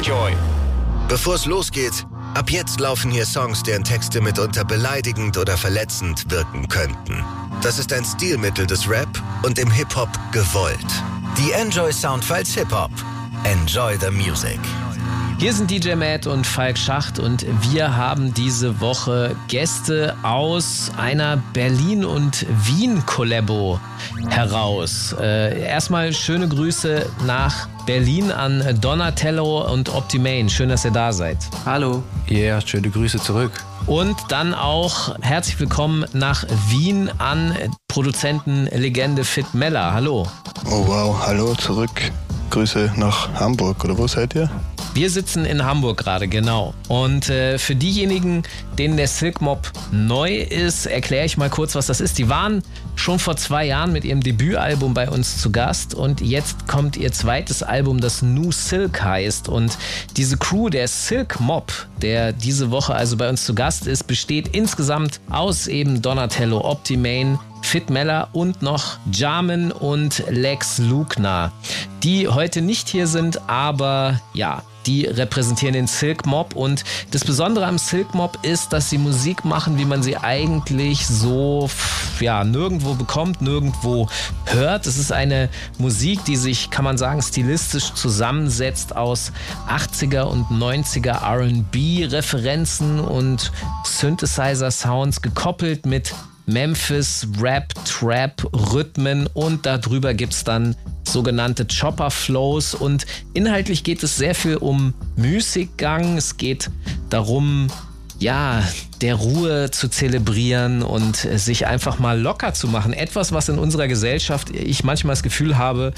Enjoy. Bevor es losgeht, ab jetzt laufen hier Songs, deren Texte mitunter beleidigend oder verletzend wirken könnten. Das ist ein Stilmittel des Rap und im Hip-Hop gewollt. Die Enjoy Soundfiles Hip-Hop. Enjoy the music. Hier sind DJ Matt und Falk Schacht und wir haben diese Woche Gäste aus einer Berlin- und Wien-Kollabo heraus. Erstmal schöne Grüße nach Berlin an Donatello und Optimane. Schön, dass ihr da seid. Hallo. Ja, yeah, schöne Grüße zurück. Und dann auch herzlich willkommen nach Wien an Produzentenlegende Fit Mella. Hallo. Oh wow, hallo zurück. Grüße nach Hamburg, oder wo seid ihr? Wir sitzen in Hamburg gerade, genau. Und für diejenigen, denen der Silk Mob neu ist, erkläre ich mal kurz, was das ist. Die waren schon vor 2 Jahren mit ihrem Debütalbum bei uns zu Gast und jetzt kommt ihr zweites Album, das New Silk heißt. Und diese Crew, der Silk Mob, der diese Woche also bei uns zu Gast ist, besteht insgesamt aus eben Donatello, Optimane, Fit Mella und noch Jamin und Lex Lugner, die heute nicht hier sind, aber ja, die repräsentieren den Silk Mob. Und das Besondere am Silk Mob ist, dass sie Musik machen, wie man sie eigentlich so nirgendwo bekommt, nirgendwo hört. Es ist eine Musik, die sich, kann man sagen, stilistisch zusammensetzt aus 80er und 90er R&B-Referenzen und Synthesizer-Sounds, gekoppelt mit Memphis, Rap, Trap, Rhythmen und darüber gibt's dann sogenannte Chopper-Flows und inhaltlich geht es sehr viel um Müßiggang. Es geht darum, ja, der Ruhe zu zelebrieren und sich einfach mal locker zu machen. Etwas, was in unserer Gesellschaft, ich manchmal das Gefühl habe,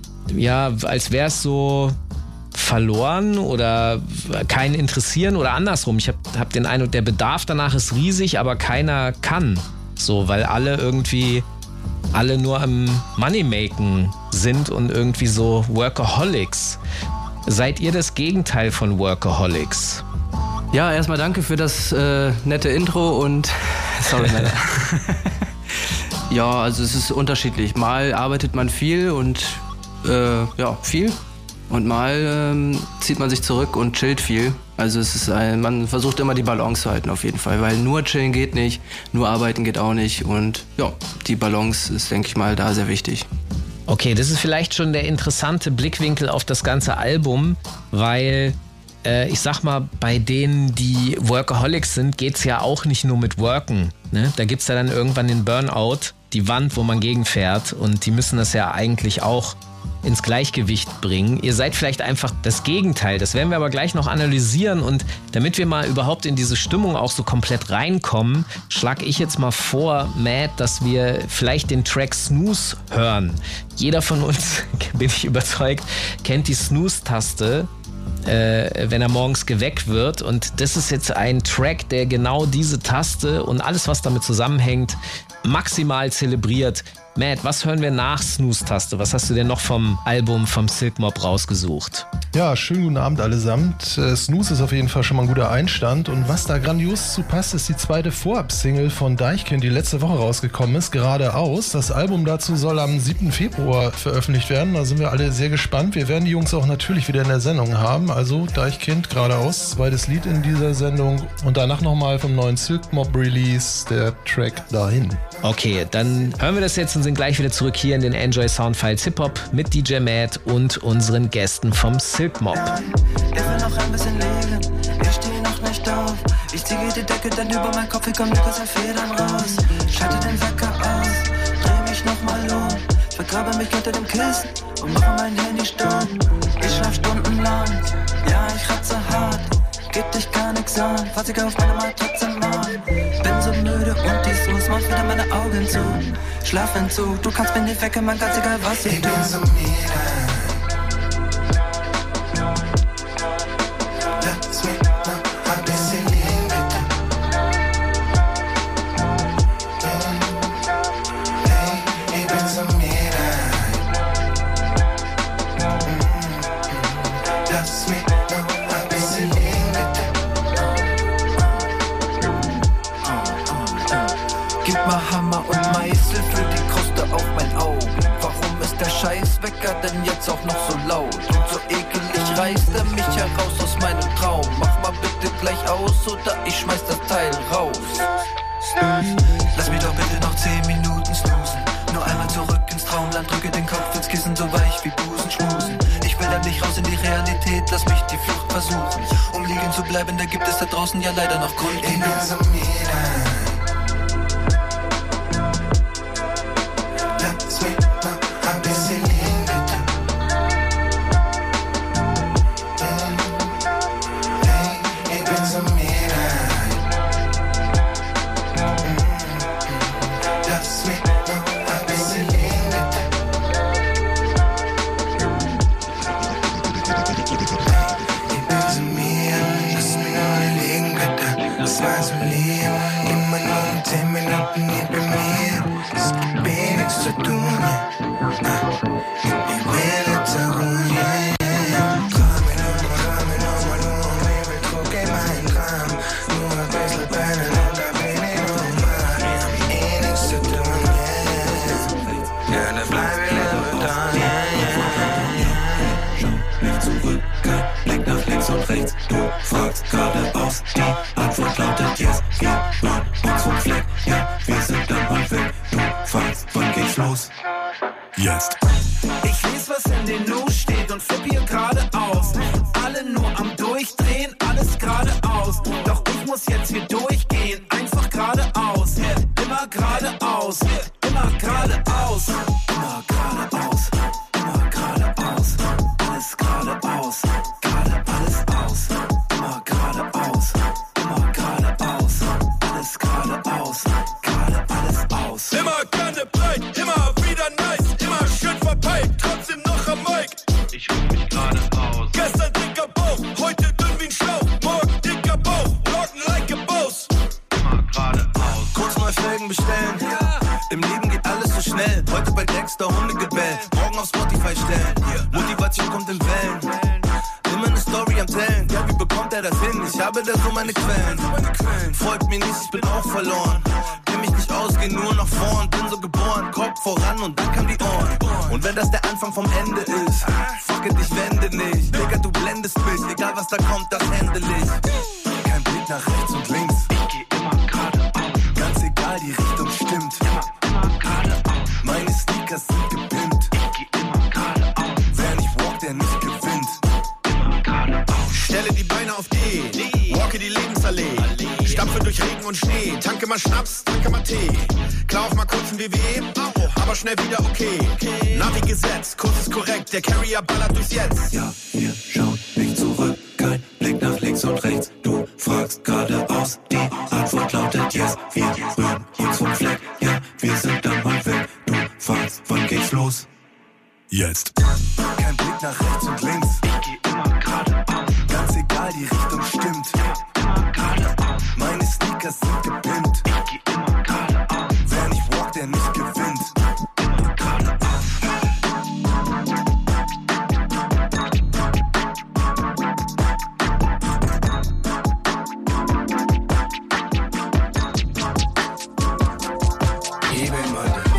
ja, als wäre es so verloren oder keinen interessieren oder andersrum. Ich hab den Eindruck, der Bedarf danach ist riesig, aber keiner kann. So, weil alle nur am Moneymaken sind und irgendwie so Workaholics. Seid ihr das Gegenteil von Workaholics? Ja, erstmal danke für das nette Intro und sorry, Männer. Ja, also es ist unterschiedlich. Mal arbeitet man viel und viel. Und mal zieht man sich zurück und chillt viel. Also man versucht immer die Balance zu halten auf jeden Fall, weil nur chillen geht nicht, nur arbeiten geht auch nicht und ja, die Balance ist, denke ich mal, da sehr wichtig. Okay, das ist vielleicht schon der interessante Blickwinkel auf das ganze Album, weil ich sag mal, bei denen, die Workaholics sind, geht's ja auch nicht nur mit Worken. Ne? Da gibt's ja dann irgendwann den Burnout, die Wand, wo man gegenfährt und die müssen das ja eigentlich auch ins Gleichgewicht bringen. Ihr seid vielleicht einfach das Gegenteil. Das werden wir aber gleich noch analysieren und damit wir mal überhaupt in diese Stimmung auch so komplett reinkommen, schlage ich jetzt mal vor, Matt, dass wir vielleicht den Track Snooze hören. Jeder von uns, bin ich überzeugt, kennt die Snooze-Taste, wenn er morgens geweckt wird und das ist jetzt ein Track, der genau diese Taste und alles, was damit zusammenhängt, maximal zelebriert. Matt, was hören wir nach Snooze-Taste? Was hast du denn noch vom Album vom Silk Mob rausgesucht? Ja, schönen guten Abend allesamt. Snooze ist auf jeden Fall schon mal ein guter Einstand. Und was da grandios zu passt, ist die zweite Vorab-Single von Deichkind, die letzte Woche rausgekommen ist, Geradeaus. Das Album dazu soll am 7. Februar veröffentlicht werden. Da sind wir alle sehr gespannt. Wir werden die Jungs auch natürlich wieder in der Sendung haben. Also Deichkind, Geradeaus, zweites Lied in dieser Sendung. Und danach nochmal vom neuen Silk Mob Release, der Track Dahin. Okay, dann hören wir das jetzt und sind gleich wieder zurück hier in den Enjoy Soundfiles Hip-Hop mit DJ Matt und unseren Gästen vom Silk Mob. Ich will noch ein bisschen legen, ich stehe noch nicht auf. Ich ziehe die Decke dann über meinen Kopf, ich komm nur kurz an Federn raus. Schalte den Wecker aus, dreh mich nochmal um. Vergrabe mich unter dem Kissen und mache mein Handy stumm. Ich schlaf stundenlang, ja ich ratze hart. Gib dich gar nix an, fass ich auf meine Matratze an. Bin so müde und die Snooze macht wieder meine Augen zu. Schlafentzug, du kannst mir nicht wecken, man, ganz egal was ich tue. Ich bin so müde. Lass mich noch ein bisschen liegen, bitte. Hey, ich bin so müde. Lass mich noch ein bisschen liegen, bitte. Gib mal Hammer und Meißel für die Kruste auf mein Auge. Warum ist der Scheißwecker denn jetzt auch noch so laut? Und so ekelig reißt er mich heraus aus gleich aus oder ich schmeiß das Teil raus. Lass mich doch bitte noch 10 Minuten snoozen. Nur einmal zurück ins Traumland, drücke den Kopf ins Kissen, so weich wie Busen schmusen. Ich will dann nicht raus in die Realität, lass mich die Flucht versuchen. Um liegen zu bleiben, da gibt es da draußen ja leider noch Grund genug. Lass mich noch ein bisschen liegen, bitte. Hey, ich bin so müde. Lass mich noch ein bisschen liegen, bitte. Ich bin so müde. Lass mich noch liegen, bitte. Das war so lieb. Immer nur 10 Minuten nicht bei mir. Es gibt wenig zu tun, ja. Ich will jetzt auch ruhen, ja. Trau mir nochmal nur, Baby, druck in meinen Traum. Nur ein bisschen Beine und da bin ich nochmal. Wir haben eh nichts zu tun, ja. Ja, da bleib ich lieber da, ja. Schau nicht zurück, kein Blick nach links und rechts. Du fragst geradeaus, die Antwort lautet yes. Wir rühren uns vom Fleck, ja, wir sind dann mal weg. Du fragst, wann geht's los? Jetzt. Ich lese, was in den News steht und flipp hier geradeaus. Alle nur am Durchdrehen, alles geradeaus. Doch ich muss jetzt hier durchgehen, einfach geradeaus. Immer geradeaus, immer geradeaus. Immer geradeaus, immer geradeaus. Alles geradeaus, gerade alles aus. Immer geradeaus, immer geradeaus. Alles geradeaus, gerade alles aus. Immer gerne breit, immer wieder nice, immer schön verpeilt, trotzdem noch am Mic. Ich ruh mich gerade aus. Gestern dicker Bauch, heute dünn wie ein Schlauch, morgen dicker Bauch, morgen like a Boss. Immer geradeaus. Kurz mal Felgen bestellen, ja. Im Leben geht alles so schnell. Heute bei Dexter Hundegebell, morgen auf Spotify stellen. Motivation kommt in Wellen. Immer eine Story am Tellen. Ja, wie bekommt er das hin? Ich habe da so meine Quellen. Folgt mir nicht, ich bin auch verloren. Kenn mich nicht aus, geh nur nach vorn. Bin so geboren, Kopf voran und dann kam die Ohren. Und wenn das der Anfang vom Ende ist, fuck it, ich wende nicht. Digga, du blendest mich, egal was da kommt, das handle ich. Kein Blick nach rechts und links. Ich geh immer geradeaus. Ganz egal, die Richtung stimmt. Immer geradeaus. Meine Sneakers sind gepimpt. Ich geh immer geradeaus. Wer nicht walkt, der nicht gewinnt. Immer geradeaus. Stelle die Beine auf D, walke die Lebensallee. Stampfe durch Regen und Schnee, tanke mal Schnaps, tanke mal Tee. Klau auch mal kurz ein WWE, aber schnell wieder okay. Navi gesetzt, Kurs ist korrekt, der Carrier ballert durchs Jetzt. Ja, wir schauen nicht zurück, kein Blick nach links und rechts. Du fragst geradeaus, die Antwort lautet yes. Wir rühren uns vom Fleck, ja, wir sind dann mal weg. Du fragst, wann geht's los? Jetzt. Kein Blick nach rechts und links. Ich geh immer geradeaus. Ganz egal, die Richtung stimmt. Immer geradeaus. Meine Sneakers sind gepimpt. Ich geh immer geradeaus. Wer nicht walkt, der nicht gewinnt. Immer geradeaus. Ich bin mal der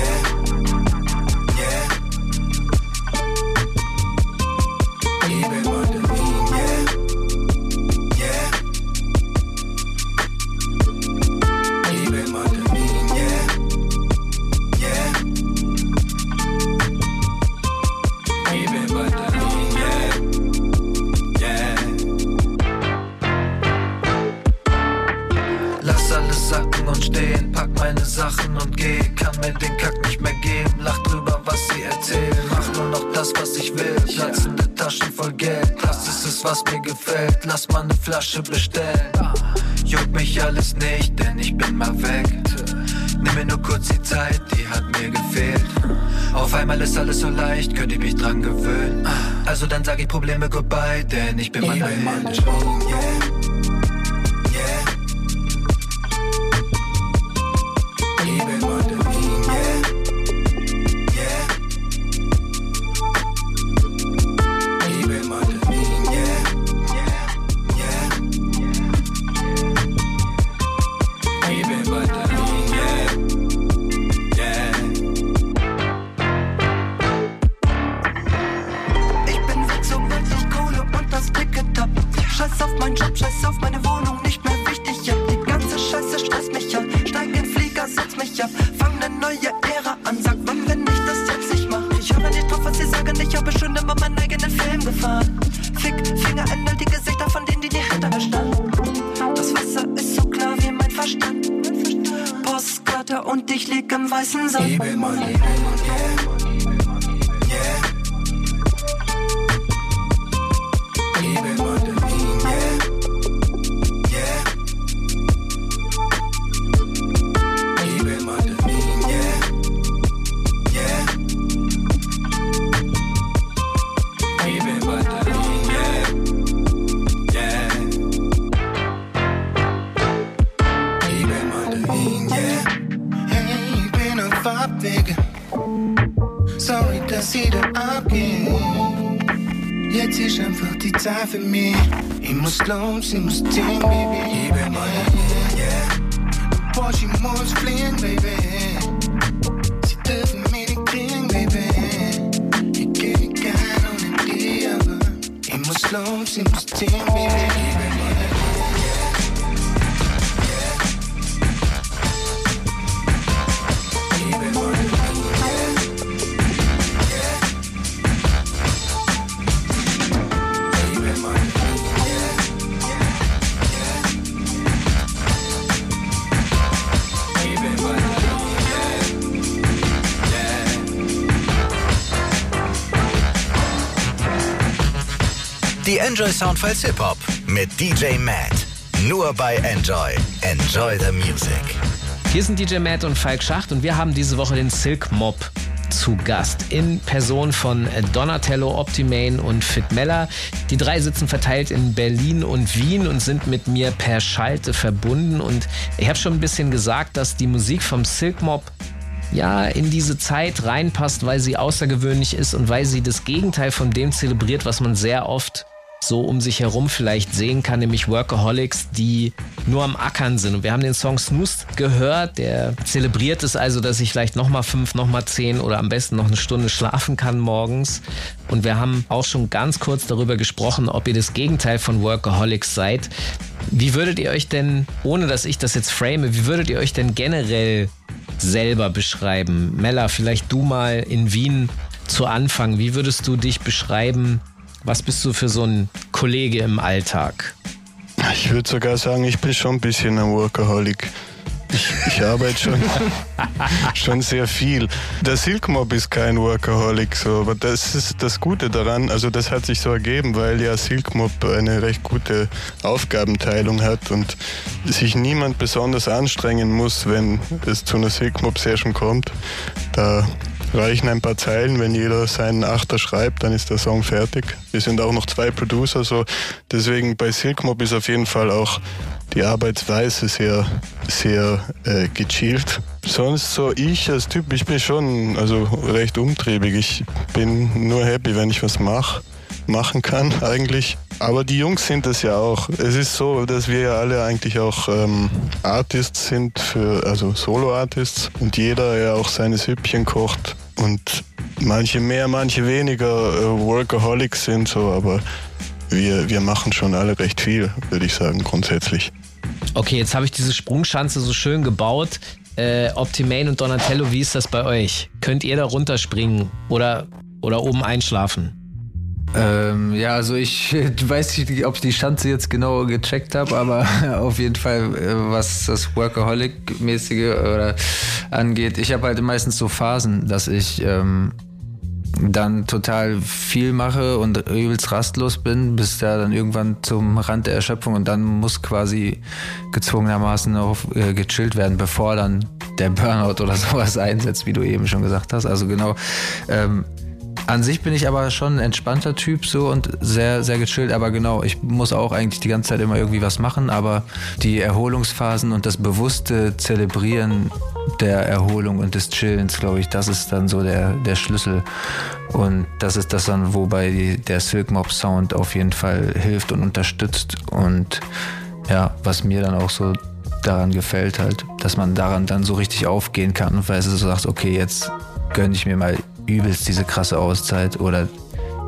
Sachen und geh, kann mir den Kack nicht mehr geben. Lach drüber, was sie erzählen. Mach nur noch das, was ich will. Platzende Taschen voll Geld. Das ist es, was mir gefällt. Lass mal ne Flasche bestellen. Juckt mich alles nicht, denn ich bin mal weg. Nimm mir nur kurz die Zeit, die hat mir gefehlt. Auf einmal ist alles so leicht, könnte ich mich dran gewöhnen. Also dann sag ich Probleme goodbye, denn ich bin mal der Mensch. scheiß auf meinen Job, scheiß auf meine Wohnung, nicht mehr wichtig, ja. Die ganze Scheiße stresst mich, ja. Steig in den Flieger, setz mich ab, fang ne neue Ära an. Sag, wann, wenn ich das jetzt nicht mach? Ich höre nicht drauf, was sie sagen, ich habe schon immer meinen eigenen Film gefahren. Fick, Finger ändert die Gesichter von denen, die hinter mir standen. Das Wasser ist so klar wie mein Verstand. Postkarte und ich lieg im weißen Sand. Ich bin mal yeah. Ich bin mal der Wien, yeah. Ich bin mal der Wien, yeah. Ich bin mal der Wien, yeah. Ich bin mal der Wien, yeah. Hey, ich bin auf Abwege. Sorry, dass ich da abgehe. Jetzt ist einfach die Zeit für mich. Ich muss los, ich muss ziehen, Baby. Ich bin mal yeah. Boah, ich muss fliehen, Baby. Sie dürfen mich nicht kriegen, Baby. Ich geh nicht gern ohne die, aber ich muss los, ich muss ziehen, Baby. Ich bin mal Die Enjoy Soundfiles Hip-Hop mit DJ Matt. Nur bei Enjoy. Enjoy the music. Hier sind DJ Matt und Falk Schacht und wir haben diese Woche den Silk Mob zu Gast in Person von Donatello, Optimane und Fit Mella. Die drei sitzen verteilt in Berlin und Wien und sind mit mir per Schalte verbunden. Und ich habe schon ein bisschen gesagt, dass die Musik vom Silk Mob ja in diese Zeit reinpasst, weil sie außergewöhnlich ist und weil sie das Gegenteil von dem zelebriert, was man sehr oft so um sich herum vielleicht sehen kann, nämlich Workaholics, die nur am Ackern sind. Und wir haben den Song Snooze gehört, der zelebriert es also, dass ich vielleicht nochmal 5, nochmal 10 oder am besten noch eine Stunde schlafen kann morgens. Und wir haben auch schon ganz kurz darüber gesprochen, ob ihr das Gegenteil von Workaholics seid. Wie würdet ihr euch denn, ohne dass ich das jetzt frame, wie würdet ihr euch denn generell selber beschreiben? Mella, vielleicht du mal in Wien zu Anfang. Wie würdest du dich beschreiben? Was bist du für so ein Kollege im Alltag? Ich würde sogar sagen, ich bin schon ein bisschen ein Workaholic. Ich arbeite schon sehr viel. Der Silk Mob ist kein Workaholic, so, aber das ist das Gute daran. Also das hat sich so ergeben, weil ja Silk Mob eine recht gute Aufgabenteilung hat und sich niemand besonders anstrengen muss, wenn es zu einer Silk Mob Session kommt. Da reichen ein paar Zeilen, wenn jeder seinen Achter schreibt, dann ist der Song fertig. Wir sind auch noch 2 Producer, so deswegen bei Silk Mob ist auf jeden Fall auch die Arbeitsweise sehr, sehr gechillt. Sonst so ich als Typ, ich bin schon also recht umtriebig. Ich bin nur happy, wenn ich was machen kann eigentlich. Aber die Jungs sind das ja auch. Es ist so, dass wir ja alle eigentlich auch Artists sind, also Solo-Artists und jeder ja auch seine Süppchen kocht und manche mehr, manche weniger Workaholics sind so, aber wir machen schon alle recht viel, würde ich sagen, grundsätzlich. Okay, jetzt habe ich diese Sprungschanze so schön gebaut. Optimane und Donatello, wie ist das bei euch? Könnt ihr da runterspringen oder oben einschlafen? Ja, also ich weiß nicht, ob ich die Schanze jetzt genau gecheckt habe, aber auf jeden Fall, was das Workaholic-mäßige angeht, ich habe halt meistens so Phasen, dass ich dann total viel mache und übelst rastlos bin, bis da dann irgendwann zum Rand der Erschöpfung und dann muss quasi gezwungenermaßen auch gechillt werden, bevor dann der Burnout oder sowas einsetzt, wie du eben schon gesagt hast. Also genau, an sich bin ich aber schon ein entspannter Typ so und sehr, sehr gechillt, aber genau, ich muss auch eigentlich die ganze Zeit immer irgendwie was machen, aber die Erholungsphasen und das bewusste Zelebrieren der Erholung und des Chillens, glaube ich, das ist dann so der Schlüssel und das ist das dann, wobei der Silk Mob Sound auf jeden Fall hilft und unterstützt und ja, was mir dann auch so daran gefällt halt, dass man daran dann so richtig aufgehen kann, weil es so sagt, okay, jetzt gönne ich mir mal übelst diese krasse Auszeit oder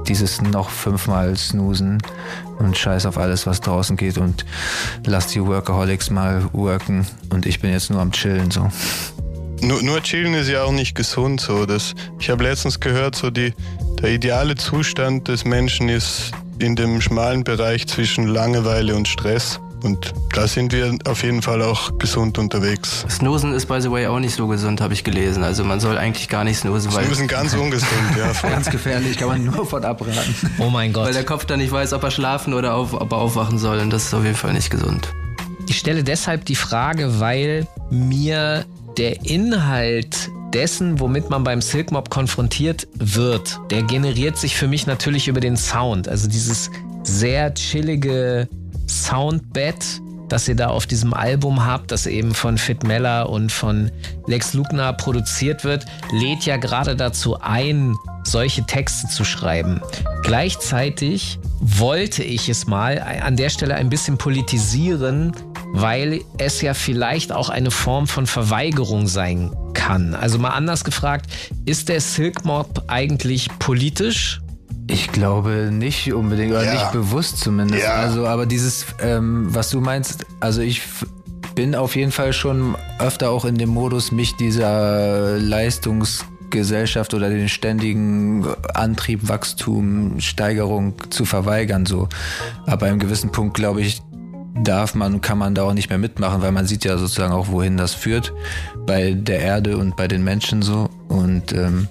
dieses noch 5-mal snoosen und scheiß auf alles, was draußen geht und lass die Workaholics mal worken und ich bin jetzt nur am Chillen so. Nur chillen ist ja auch nicht gesund so. Ich habe letztens gehört, so der ideale Zustand des Menschen ist in dem schmalen Bereich zwischen Langeweile und Stress. Und da sind wir auf jeden Fall auch gesund unterwegs. Snoozen ist, by the way, auch nicht so gesund, habe ich gelesen. Also man soll eigentlich gar nicht snoozen. Snoozen ganz ungesund, ja. Voll. Ganz gefährlich, kann man nur von abraten. Oh mein Gott. Weil der Kopf dann nicht weiß, ob er schlafen oder ob er aufwachen soll. Und das ist auf jeden Fall nicht gesund. Ich stelle deshalb die Frage, weil mir der Inhalt dessen, womit man beim Silk Mob konfrontiert wird, der generiert sich für mich natürlich über den Sound. Also dieses sehr chillige Soundbett, das ihr da auf diesem Album habt, das eben von Fit Mella und von Lex Lugner produziert wird, lädt ja gerade dazu ein, solche Texte zu schreiben. Gleichzeitig wollte ich es mal an der Stelle ein bisschen politisieren, weil es ja vielleicht auch eine Form von Verweigerung sein kann. Also mal anders gefragt, ist der Silk Mob eigentlich politisch? Ich glaube nicht unbedingt, oder nicht bewusst zumindest. Ja. Also, aber dieses, was du meinst, also ich bin auf jeden Fall schon öfter auch in dem Modus, mich dieser Leistungsgesellschaft oder den ständigen Antrieb, Wachstum, Steigerung zu verweigern. So. Aber einem gewissen Punkt, glaube ich, kann man da auch nicht mehr mitmachen, weil man sieht ja sozusagen auch, wohin das führt bei der Erde und bei den Menschen so. Und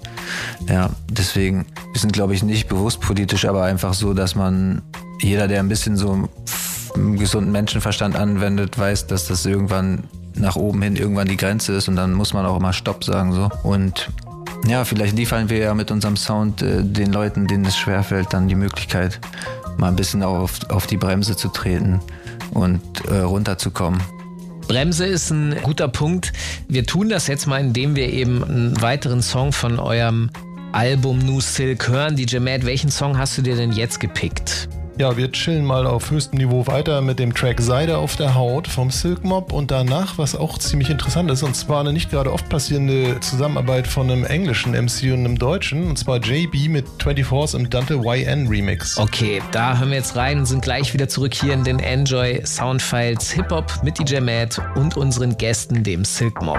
deswegen, wir sind, glaube ich, nicht bewusst politisch, aber einfach so, dass jeder, der ein bisschen so einen gesunden Menschenverstand anwendet, weiß, dass das irgendwann nach oben hin irgendwann die Grenze ist und dann muss man auch immer Stopp sagen so. Und ja, vielleicht liefern wir ja mit unserem Sound den Leuten, denen es schwerfällt, dann die Möglichkeit, mal ein bisschen auch auf die Bremse zu treten und runterzukommen. Bremse ist ein guter Punkt. Wir tun das jetzt mal, indem wir eben einen weiteren Song von eurem Album New Silk hören. DJ Matt, welchen Song hast du dir denn jetzt gepickt? Ja, wir chillen mal auf höchstem Niveau weiter mit dem Track Seide auf der Haut vom Silk Mob und danach, was auch ziemlich interessant ist, und zwar eine nicht gerade oft passierende Zusammenarbeit von einem englischen MC und einem deutschen, und zwar JB mit 24s im Dante YN Remix. Okay, da hören wir jetzt rein und sind gleich wieder zurück hier in den Enjoy Soundfiles Hip-Hop mit DJ Matt und unseren Gästen, dem Silk Mob.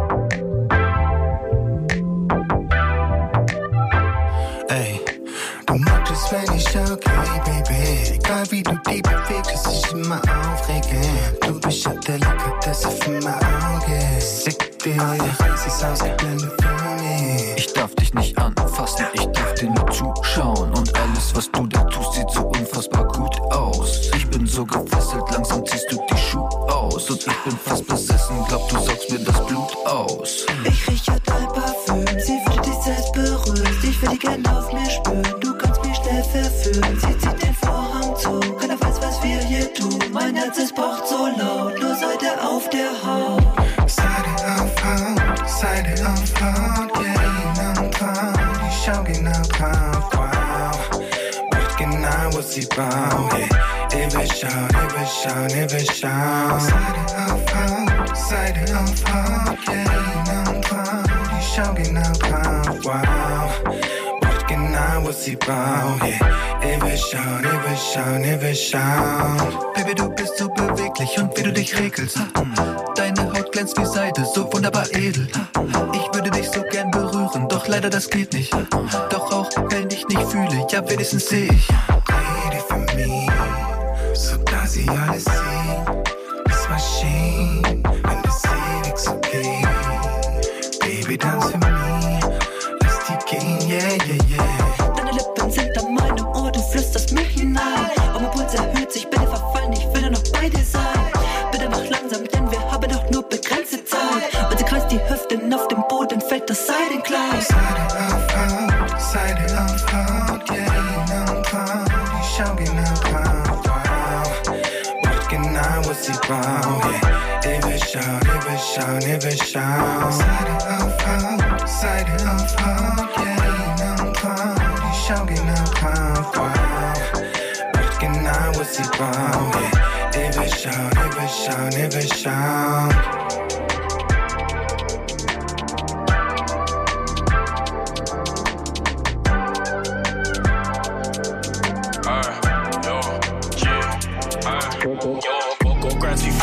Du magst es, wenn ich okay, Baby. Egal wie du die bewegst, es ist immer aufregend. Du bist ja der Delikatesse für mein Auge. Sick wie euer Reis ist ausgeblendet für mich. Ich darf dich nicht anfassen, ich darf dir nur zuschauen. Und alles, was du da tust, sieht so unfassbar gut aus. Ich bin so gefesselt, langsam ziehst du die Schuhe aus. Und ich bin fast besessen, glaub du saugst mir das Blut aus. Ich rieche dein Parfüm, sie würde dich selbst berühren. Ich will die gerne auf mir spüren, du kannst mich schnell verführen. Sie zieht den Vorhang zu, keiner weiß, was wir hier tun. Mein Herz, es pocht so laut, nur Seide auf der Haut. Seide auf Haut, Seide auf Haut, yeah, genau drauf. Ich schau genau drauf, wow. Weiß genau, was sie baut, yeah. Ich will schauen, ich will schauen, ich will schauen. Seide auf Haut, yeah, genau drauf. Ich schau genau drauf, wow. Weiß genau, was sie baut, yeah. Ich will schauen, ich will schauen, ich will schauen. Baby, du bist so beweglich und wie du dich regelst. Deine Haut glänzt wie Seide, so wunderbar edel. Ich würde dich so gern berühren, doch leider das geht nicht. Doch auch wenn ich nicht fühle, ja wenigstens seh ich. Rede für mich, so dass ich alles sehe. Es war schön, wenn das ewig so geht. Baby, tanz für mich, lass die gehen, yeah, yeah, yeah. Deine Lippen sind an meinem Ohr, du flüsterst mir hinein. Und mein Puls erhöht sich, bitte verfallen, ich will nur noch bei dir sein. Bitte mach langsam, denn wir haben doch nur begrenzte Zeit. Und sie kreist die Hüften auf dem Boden, fällt das Seidenkleid. Seide auf Haut, yeah, genau drauf. Ich schau genau drauf, wow. Weiß genau, was sie baut, yeah. Ich will schauen, ich will schauen, ich will schauen. Seide auf Haut, yeah, genau drauf. Ich schau genau drauf, wow. Weiß genau, was sie baut, yeah. Ich will schauen, ich will schauen, ich will schauen.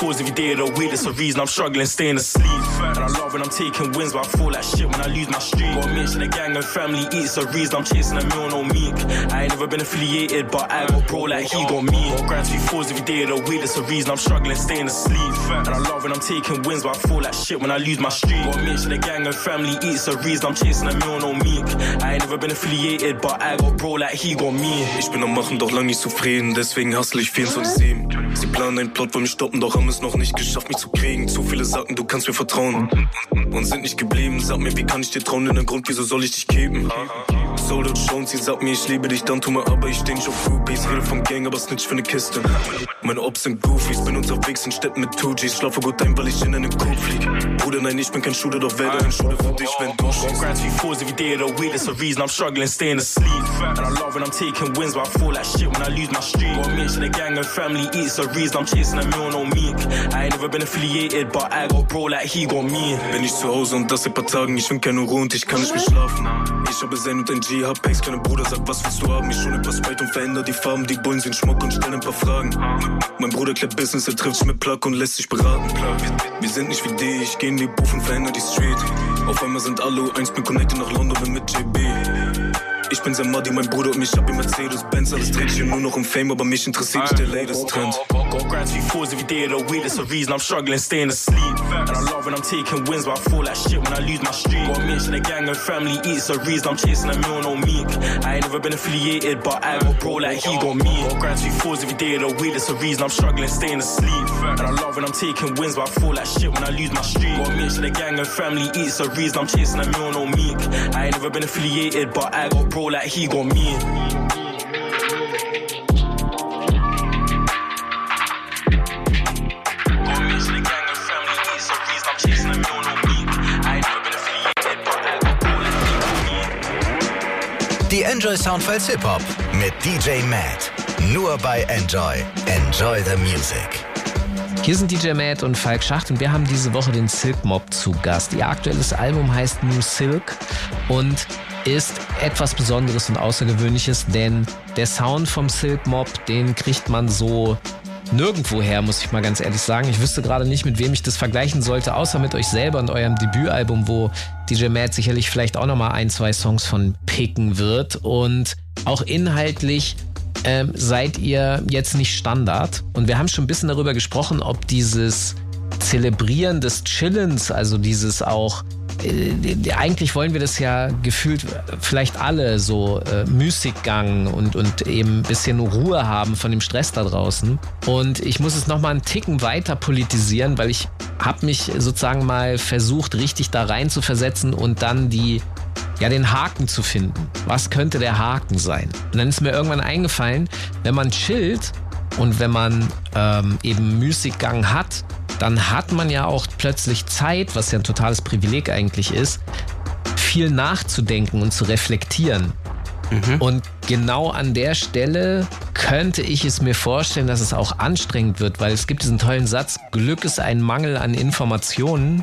falls every day of the week. That's the reason I'm struggling, staying asleep. And I love when I'm taking wins, but I fall like shit when I lose my streak. Gotta mention the gang and family eat. It's the reason I'm chasing a meal, no meek. I ain't never been affiliated, but I got bro like he got me. Got grand 3 falls every day of the week. That's the reason I'm struggling, staying asleep. And I love when I'm taking wins, but I fall like shit when I lose my streak. Gotta mention the gang and family eat. It's the reason I'm chasing a meal, no meek. I ain't never been affiliated, but I got bro like he got me. Ich bin am Machen, doch lang nicht zufrieden, deswegen hustle ich 24/7. Sie planen einen Plot, wollen mich stoppen, doch haben es noch nicht geschafft, mich zu kriegen. Zu viele sagten, du kannst mir vertrauen und sind nicht geblieben. Sag mir, wie kann ich dir trauen, in der Grund, wieso soll ich dich keepen? Sold out Jones, sie sagt mir, ich liebe dich, dann tu mal, aber ich steh nicht auf Groupies. Rede vom Gang, aber snitch für ne Kiste. Meine Ops sind Goofies, bin unterwegs in Städten mit 2Gs. Schlafe gut ein, weil ich in einen Coup flieg. Bruder, nein, ich bin kein Shooter, doch werde ein Shooter für dich, wenn du schießt. Grand 3 falls every day of the week. That's the reason I'm struggling, staying asleep. And I love when I'm taking wins, but I fall like shit when I lose my streak. Gotta mention the gang and family eat. It's the reason I'm chasing a meal, no meek. I ain't never been affiliated, but I got bro like he got me. Bin ich zu Hause und das seit paar Tagen, ich find keine Ruhe und ich kann nicht mehr schlafen. Ich habe Zen und ein G, hab Packs, kleiner Bruder, sag, was willst du haben? Ich schon etwas weit und veränder die Farben, die Bullen sind Schmuck und stellen ein paar Fragen. Mein Bruder klärt Business, er trifft sich mit Plug und lässt sich beraten. Wir sind nicht wie die, ich geh in die Booth und veränder die Street. Auf einmal sind alle U1, bin connected nach London, bin mit JB. Ich bin sehr muddy, mein Bruder und ich hab ihn Mercedes-Benz. Alles dreht sich nur noch um Fame, aber mich interessiert nicht der latest Trend. Got grand 3 falls every day of the week. That's the reason I'm struggling, staying asleep. And I love when I'm taking wins, but I fall like shit when I lose my streak. Gotta mention the gang and family eat. It's the reason I'm chasing a meal, no meek. I ain't never been affiliated, but I got bro like he got me. Got grand 3 falls every day of the week. That's the reason I'm struggling, staying asleep. And I love when I'm taking wins, but I fall like shit when I lose my streak. Gotta mention the gang and family eat. It's the reason I'm chasing a meal, no meek. I ain't never been affiliated, but I got bro like he got me. Die Enjoy Soundfiles Hip-Hop mit DJ Matt. Nur bei Enjoy. Enjoy the Music. Hier sind DJ Matt und Falk Schacht und wir haben diese Woche den Silk Mob zu Gast. Ihr aktuelles Album heißt New Silk und ist etwas Besonderes und Außergewöhnliches, denn der Sound vom Silk Mob, den kriegt man so nirgendwo her, muss ich mal ganz ehrlich sagen. Ich wüsste gerade nicht, mit wem ich das vergleichen sollte, außer mit euch selber und eurem Debütalbum, wo DJ Matt sicherlich vielleicht auch nochmal 1-2 Songs von picken wird. Und auch inhaltlich seid ihr jetzt nicht Standard. Und wir haben schon ein bisschen darüber gesprochen, ob dieses Zelebrieren des Chillens, also dieses auch eigentlich wollen wir das ja gefühlt vielleicht alle so Müßiggang und eben ein bisschen Ruhe haben von dem Stress da draußen. Und ich muss es nochmal einen Ticken weiter politisieren, weil ich habe mich sozusagen mal versucht, richtig da rein zu versetzen und dann den Haken zu finden. Was könnte der Haken sein? Und dann ist mir irgendwann eingefallen, wenn man chillt und wenn man eben Müßiggang hat, dann hat man ja auch plötzlich Zeit, was ja ein totales Privileg eigentlich ist, viel nachzudenken und zu reflektieren. Und genau an der Stelle könnte ich es mir vorstellen, dass es auch anstrengend wird, weil es gibt diesen tollen Satz, Glück ist ein Mangel an Informationen.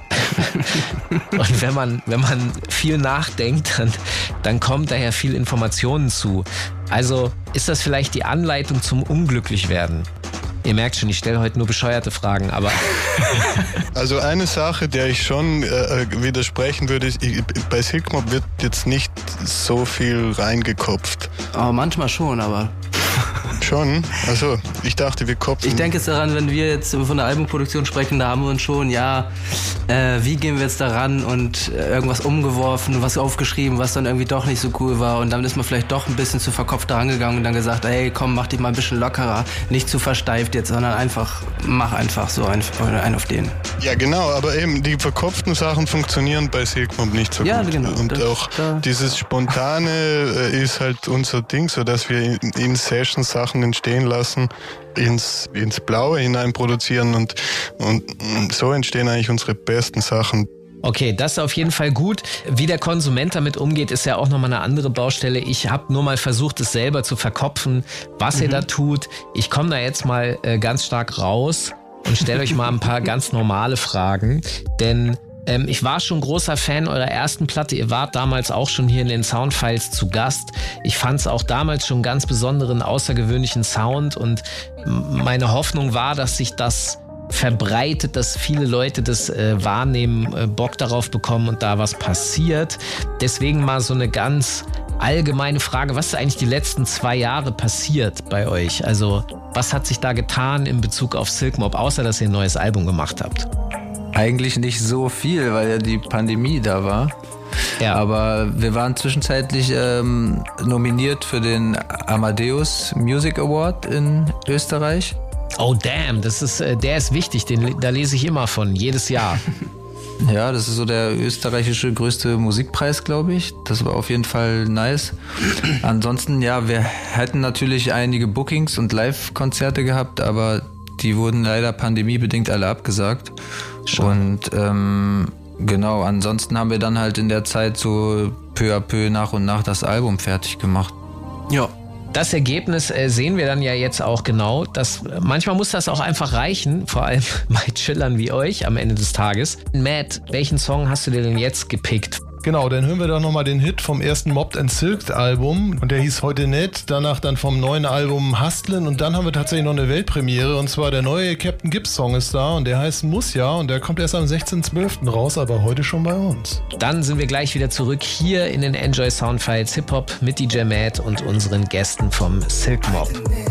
Und wenn man viel nachdenkt, dann kommt daher viel Informationen zu. Also ist das vielleicht die Anleitung zum Unglücklichwerden? Ihr merkt schon, ich stelle heute nur bescheuerte Fragen, aber... Also eine Sache, der ich schon widersprechen würde, ist, bei Silk Mob wird jetzt nicht so viel reingekopft. Oh, manchmal schon, aber... Schon? Also ich dachte, wir kopfen. Ich denke es daran, wenn wir jetzt von der Albumproduktion sprechen, da haben wir uns schon, wie gehen wir jetzt daran und irgendwas umgeworfen, was aufgeschrieben, was dann irgendwie doch nicht so cool war und dann ist man vielleicht doch ein bisschen zu verkopft daran gegangen und dann gesagt, ey, komm, mach dich mal ein bisschen lockerer, nicht zu versteift jetzt, sondern mach einfach so einen auf den. Ja, genau, aber eben die verkopften Sachen funktionieren bei Silk Mob nicht so gut. Ja, genau. Und auch dieses Spontane ist halt unser Ding, so dass wir in Sessions Sachen entstehen lassen, ins Blaue hinein produzieren und so entstehen eigentlich unsere besten Sachen. Okay, das ist auf jeden Fall gut. Wie der Konsument damit umgeht, ist ja auch nochmal eine andere Baustelle. Ich habe nur mal versucht, es selber zu verkopfen, was ihr da tut. Ich komme da jetzt mal ganz stark raus und stelle euch mal ein paar ganz normale Fragen, denn ich war schon großer Fan eurer ersten Platte. Ihr wart damals auch schon hier in den Soundfiles zu Gast. Ich fand es auch damals schon einen ganz besonderen, außergewöhnlichen Sound und meine Hoffnung war, dass sich das verbreitet, dass viele Leute das wahrnehmen, Bock darauf bekommen und da was passiert. Deswegen mal so eine ganz allgemeine Frage, was ist eigentlich die letzten 2 Jahre passiert bei euch? Also was hat sich da getan in Bezug auf Silk Mob, außer dass ihr ein neues Album gemacht habt? Eigentlich nicht so viel, weil ja die Pandemie da war. Ja. Aber wir waren zwischenzeitlich nominiert für den Amadeus Music Award in Österreich. Oh damn, der ist wichtig, da lese ich immer von, jedes Jahr. Ja, das ist so der österreichische größte Musikpreis, glaube ich. Das war auf jeden Fall nice. Ansonsten, ja, wir hätten natürlich einige Bookings und Live-Konzerte gehabt, aber die wurden leider pandemiebedingt alle abgesagt. Schon. Und genau, ansonsten haben wir dann halt in der Zeit so peu à peu nach und nach das Album fertig gemacht. Ja. Das Ergebnis sehen wir dann ja jetzt auch genau. Manchmal muss das auch einfach reichen, vor allem bei Chillern wie euch am Ende des Tages. Matt, welchen Song hast du dir denn jetzt gepickt? Genau, dann hören wir doch nochmal den Hit vom ersten Mobbed and Silked Album und der hieß Heute Nett, danach dann vom neuen Album Hustlin und dann haben wir tatsächlich noch eine Weltpremiere und zwar der neue Captain Gibbs Song ist da und der heißt Muss ja und der kommt erst am 16.12. raus, aber heute schon bei uns. Dann sind wir gleich wieder zurück hier in den Enjoy Soundfiles Hip-Hop mit DJ Matt und unseren Gästen vom Silk Mob.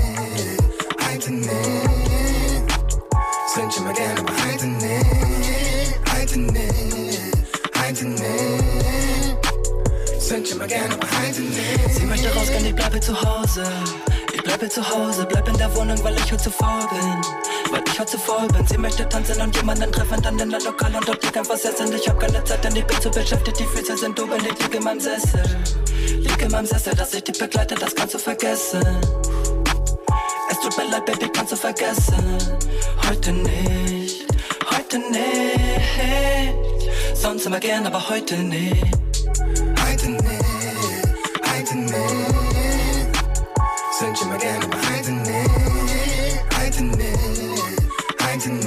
Sie möchte rausgehen, ich bleibe zu Hause. Ich bleibe zu Hause, bleib in der Wohnung, weil ich heute zu faul bin. Weil ich heute zu faul bin. Sie möchte tanzen und jemanden treffen, dann in der Lokal und dort liegt einfach essen. Ich hab keine Zeit, denn ich bin zu beschäftigt. Die Füße sind oben, ich liege in meinem Sessel. Liege in meinem Sessel, dass ich dich begleite, das kannst du vergessen. Es tut mir leid, Baby, kannst du vergessen. Heute nicht, heute nicht. Sonst immer gern, aber heute nicht. Heute nicht. Sind schon mal gerne, aber heute nicht. Heute nicht.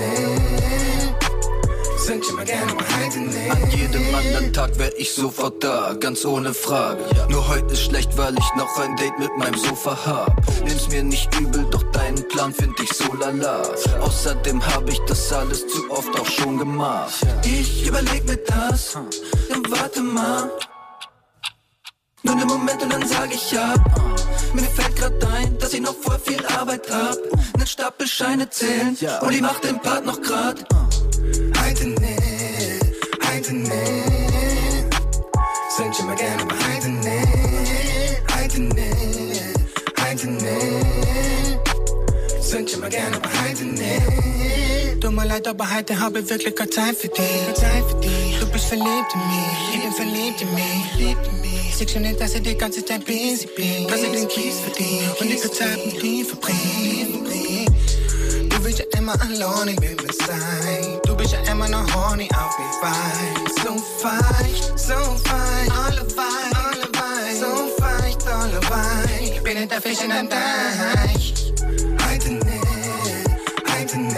Sind schon mal gerne, aber heute nicht. An jedem anderen Tag wär ich sofort da, ganz ohne Frage. Nur heute ist schlecht, weil ich noch ein Date mit meinem Sofa hab. Nimm's mir nicht übel, doch deinen Plan find ich so lala. Außerdem hab ich das alles zu oft auch schon gemacht. Ich überleg mir das, dann warte mal. Nur einen Moment und dann sag ich ja. Mir fällt grad ein, dass ich noch voll viel Arbeit hab. Nen Stapel Scheine zählen und ich mach den Part noch grad. Heute nicht, heute nicht. Sind schon mal gerne, aber heute nicht. Heute nicht, heute nicht. Sind schon mal gerne, aber heute nicht. Tut mir leid, aber heute hab ich wirklich keine Zeit für dich. Du bist verliebt in mich, ich bin verliebt in mich. Sag schon nicht, dass ich die ganze Zeit busy bin. Dass ich den Kies verdiene und die Zeit mit dir verbringe. Du bist ja immer alone, ich will es sein. Du bist ja immer noch horny auf mich weiß. So fein, alle Wein. So feucht, alle Wein. Ich bin nicht der Fisch in deinem Teich. Heute nicht.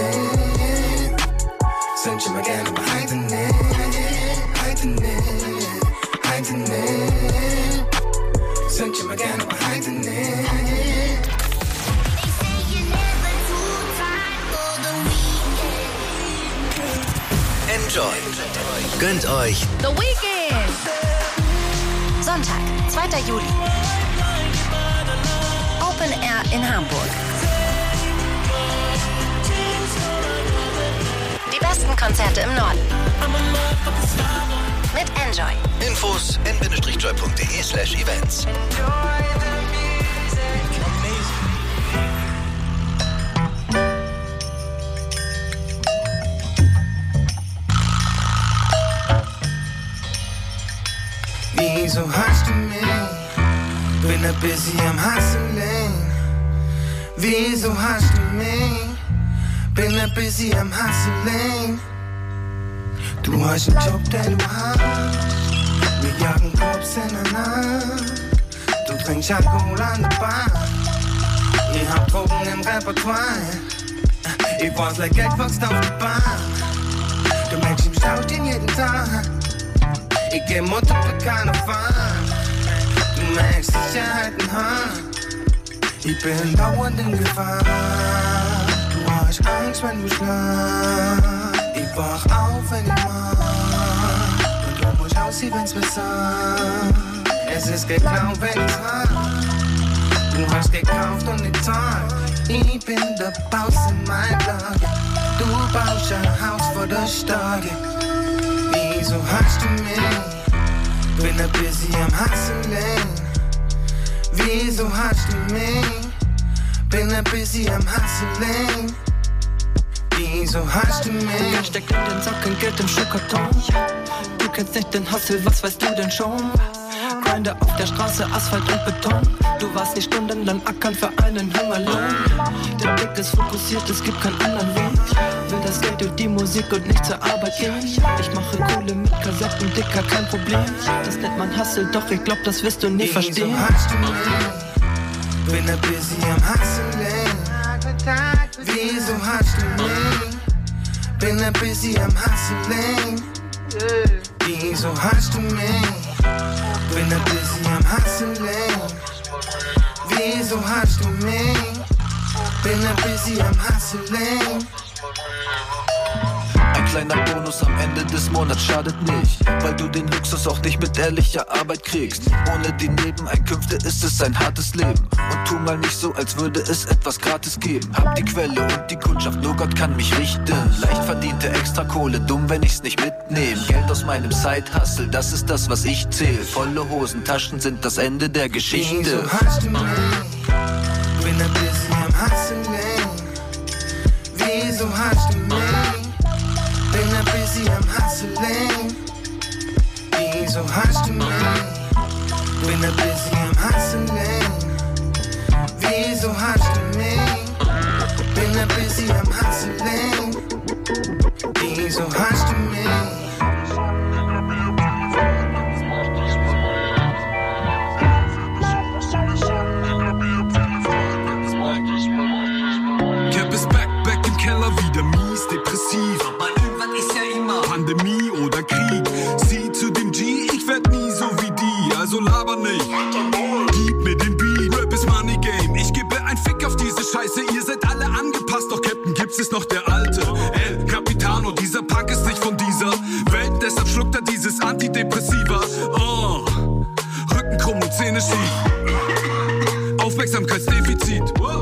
Sind schon mal gerne, aber heute nicht. Heute nicht. Sind schon mal gerne, aber heute nicht. Enjoy. Gönnt euch The Weekend. Sonntag, 2. Juli. Open Air in Hamburg. Die besten Konzerte im Norden. Mit Enjoy. Infos n-joy.de/events. Wieso hast du mich? Bin ein bisschen am Hustlen. Wieso hast du mich? Bin ein bisschen am Hustlen. Du hast einen Job, den du hast. Wir jagen Cops ineinander. Du trinkst Alkohol an der Bar. Ich hab Drogen im Repertoire. Ich weiß, like Geld wächst auf die Bahn. Du merkst im Stau stehen jeden Tag. Ich geh Mutter für keine Fahrt. Du merkst Sicherheit in Hand. Ich bin dauernd in Gefahr. Du hast ich Angst, wenn du schlafst. Ich wach auf, wenn ich mach. Und du musst aussehen, wenn's besser. Es ist geklaut, wenn ich's hab. Du hast gekauft und nicht zahlt. Ich bin der Boss in mein Block. Du baust ein Haus vor der Stadt. Wieso hast du mich? Bin ein bisschen am Hustlen. Wieso hast du mich? Bin ein bisschen am Hustlen. Wieso hast du mich? Geld steckt in den Socken, Geld im Schuhkarton. Du kennst nicht den Hustle, was weißt du denn schon? Grinder auf der Straße, Asphalt und Beton. Du warst nicht stundenlang ackern für einen Hungerlohn. Der Blick ist fokussiert, es gibt keinen anderen Weg. Will das Geld durch die Musik und nicht zur Arbeit gehen. Ich mache Kohle mit Kassetten, Dicker, kein Problem. Das nennt man Hustle, doch ich glaub, das wirst du nie verstehen. Wieso hast du mich? Bin ein bisschen am Hustlen. Wieso hast du mich? Bin ein bisschen am Hustlen. Wieso hast du mich? Bin ein bisschen am Hustlen. Wieso hast du mich? Bin ein bisschen am Hustlen. Ein kleiner Bonus am Ende des Monats schadet nicht, weil du den Luxus auch nicht mit ehrlicher Arbeit kriegst. Ohne die Nebeneinkünfte ist es ein hartes Leben. Und tu mal nicht so, als würde es etwas gratis geben. Hab die Quelle und die Kundschaft, nur Gott kann mich richten. Leicht verdiente extra Kohle, dumm, wenn ich's nicht mitnehm. Geld aus meinem Side-Hustle, das ist das, was ich zähl. Volle Hosentaschen sind das Ende der Geschichte. Wieso hast du mich? Bin ein bisschen am Hustlen. Wieso hast du mich? Bin ein bisschen am Hustlen. Wieso hast du mich? Bin ein bisschen am Hustlen. Wieso hast du mich? Bin ein bisschen am Hustlen. Wieso hast du mich? Cap ist back im Keller, wieder mies, depressiv. Aber irgendwann ist ja immer Pandemie oder Krieg. Sieh zu dem G, ich werd nie so wie die, also laber nicht. Gib mir den Beat, Rap ist Money Game. Ich gebe ein Fick auf diese Scheiße, ihr seid alle angepasst, doch Captain Gibbs ist noch der Alte. El Capitano, dieser Punk ist nicht von dieser Welt, deshalb schluckt er dieses Antidepressiva. Oh, Rücken krumm und Zähne schief. Aufmerksamkeitsdefizit.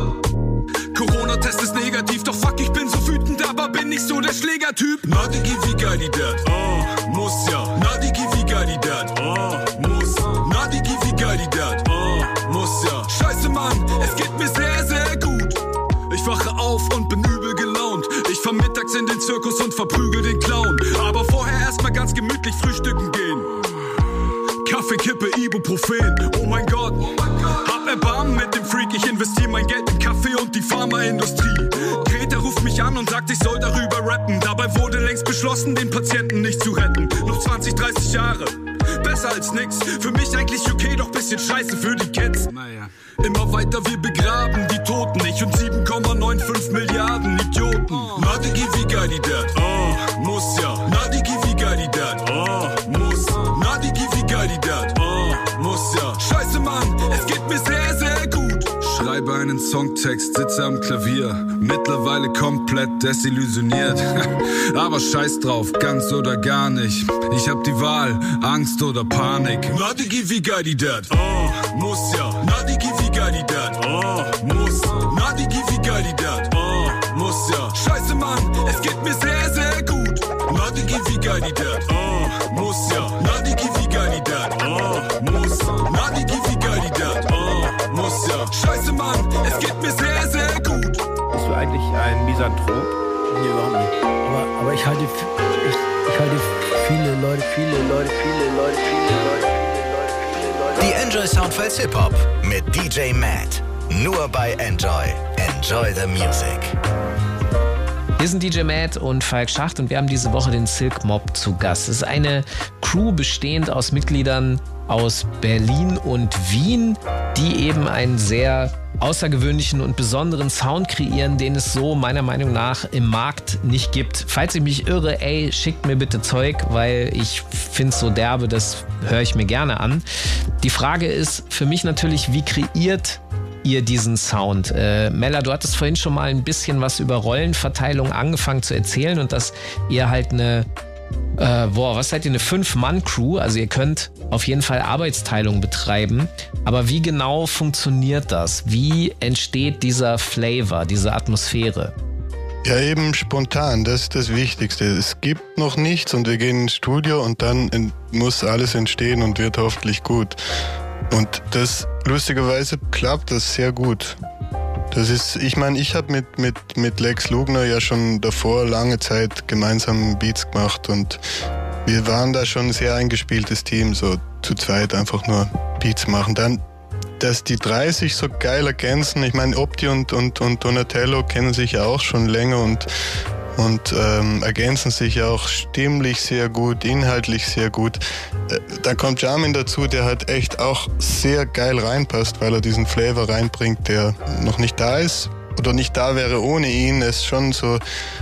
Corona-Test ist negativ, doch fuck, ich bin so wütend, aber bin nicht so der Schlägertyp. Na, Digi, wie geil die dat? Oh, muss ja. Na, Digi, wie geil die dat? Oh, muss. Na, Digi, wie geil die dat? Oh, muss ja. Scheiße, Mann, es geht mir sehr, sehr gut. Ich wache auf und bin übel gelaunt. Ich fahr mittags in den Zirkus und verprügel den Clown. Aber vorher erstmal ganz gemütlich frühstücken gehen. Kaffee, Kippe, Ibuprofen. Oh mein Gott, hab Erbarmen mit dem Freak. Ich investiere mein Geld in Kaffee und die Pharmaindustrie. Greta ruft mich an und sagt, ich soll darüber rappen. Dabei wurde längst beschlossen, den Patienten nicht zu retten. Noch 20, 30 Jahre, besser als nix. Für mich eigentlich okay, doch bisschen scheiße für die Kids. Naja. Immer weiter wir begraben die Toten. Ich und 7,95 Milliarden Idioten. Na, Digi, wie geil die dat? Oh, muss ja. Na, Digi, wie geil die dat? Oh, muss. Na, Digi, wie geil die dat? Oh, muss ja. Scheiße, Mann, es geht mir sehr, sehr gut. Schreibe einen Songtext, sitze am Klavier. Mittlerweile komplett desillusioniert. Aber scheiß drauf, ganz oder gar nicht. Ich hab die Wahl, Angst oder Panik. Na, Digi, wie geil die dat? Oh, muss ja. Na, Digi, wie geil die dat? Oh, muss. Na, Digi, wie geil die dat? Oh, muss ja. Scheiße, Mann, es geht mir sehr, sehr gut. Na, Digi, wie geil die dat? Oh, muss ja. Na, Digi, wie geil die dat? Oh, muss. Na, Digi, wie geil die dat? Oh, muss ja. Scheiße, Mann, es geht mir sehr, sehr gut. Bist du eigentlich ein Misanthrop? Nee, überhaupt nicht. Aber ich halte viele Leute. Die Enjoy Soundfiles Hip-Hop mit DJ Matt. Nur bei Enjoy. Enjoy the music. Wir sind DJ Matt und Falk Schacht und wir haben diese Woche den Silk Mob zu Gast. Es ist eine Crew bestehend aus Mitgliedern aus Berlin und Wien, die eben einen sehr außergewöhnlichen und besonderen Sound kreieren, den es so meiner Meinung nach im Markt nicht gibt. Falls ich mich irre, ey, schickt mir bitte Zeug, weil ich finde es so derbe, das höre ich mir gerne an. Die Frage ist für mich natürlich, wie kreiert ihr diesen Sound? Mella, du hattest vorhin schon mal ein bisschen was über Rollenverteilung angefangen zu erzählen und dass ihr halt eine 5-Mann-Crew, also ihr könnt auf jeden Fall Arbeitsteilung betreiben, aber wie genau funktioniert das? Wie entsteht dieser Flavor, diese Atmosphäre? Ja, eben spontan, das ist das Wichtigste. Es gibt noch nichts und wir gehen ins Studio und dann muss alles entstehen und wird hoffentlich gut. Und das, lustigerweise, klappt das sehr gut. Das ist, ich meine, ich habe mit Lex Lugner ja schon davor lange Zeit gemeinsam Beats gemacht und wir waren da schon ein sehr eingespieltes Team, so zu zweit einfach nur Beats machen. Dann, dass die drei sich so geil ergänzen, ich meine, Opti und Donatello kennen sich ja auch schon länger und ergänzen sich auch stimmlich sehr gut, inhaltlich sehr gut. Dann kommt Jamin dazu, der halt echt auch sehr geil reinpasst, weil er diesen Flavor reinbringt, der noch nicht da ist oder nicht da wäre ohne ihn. Es ist schon so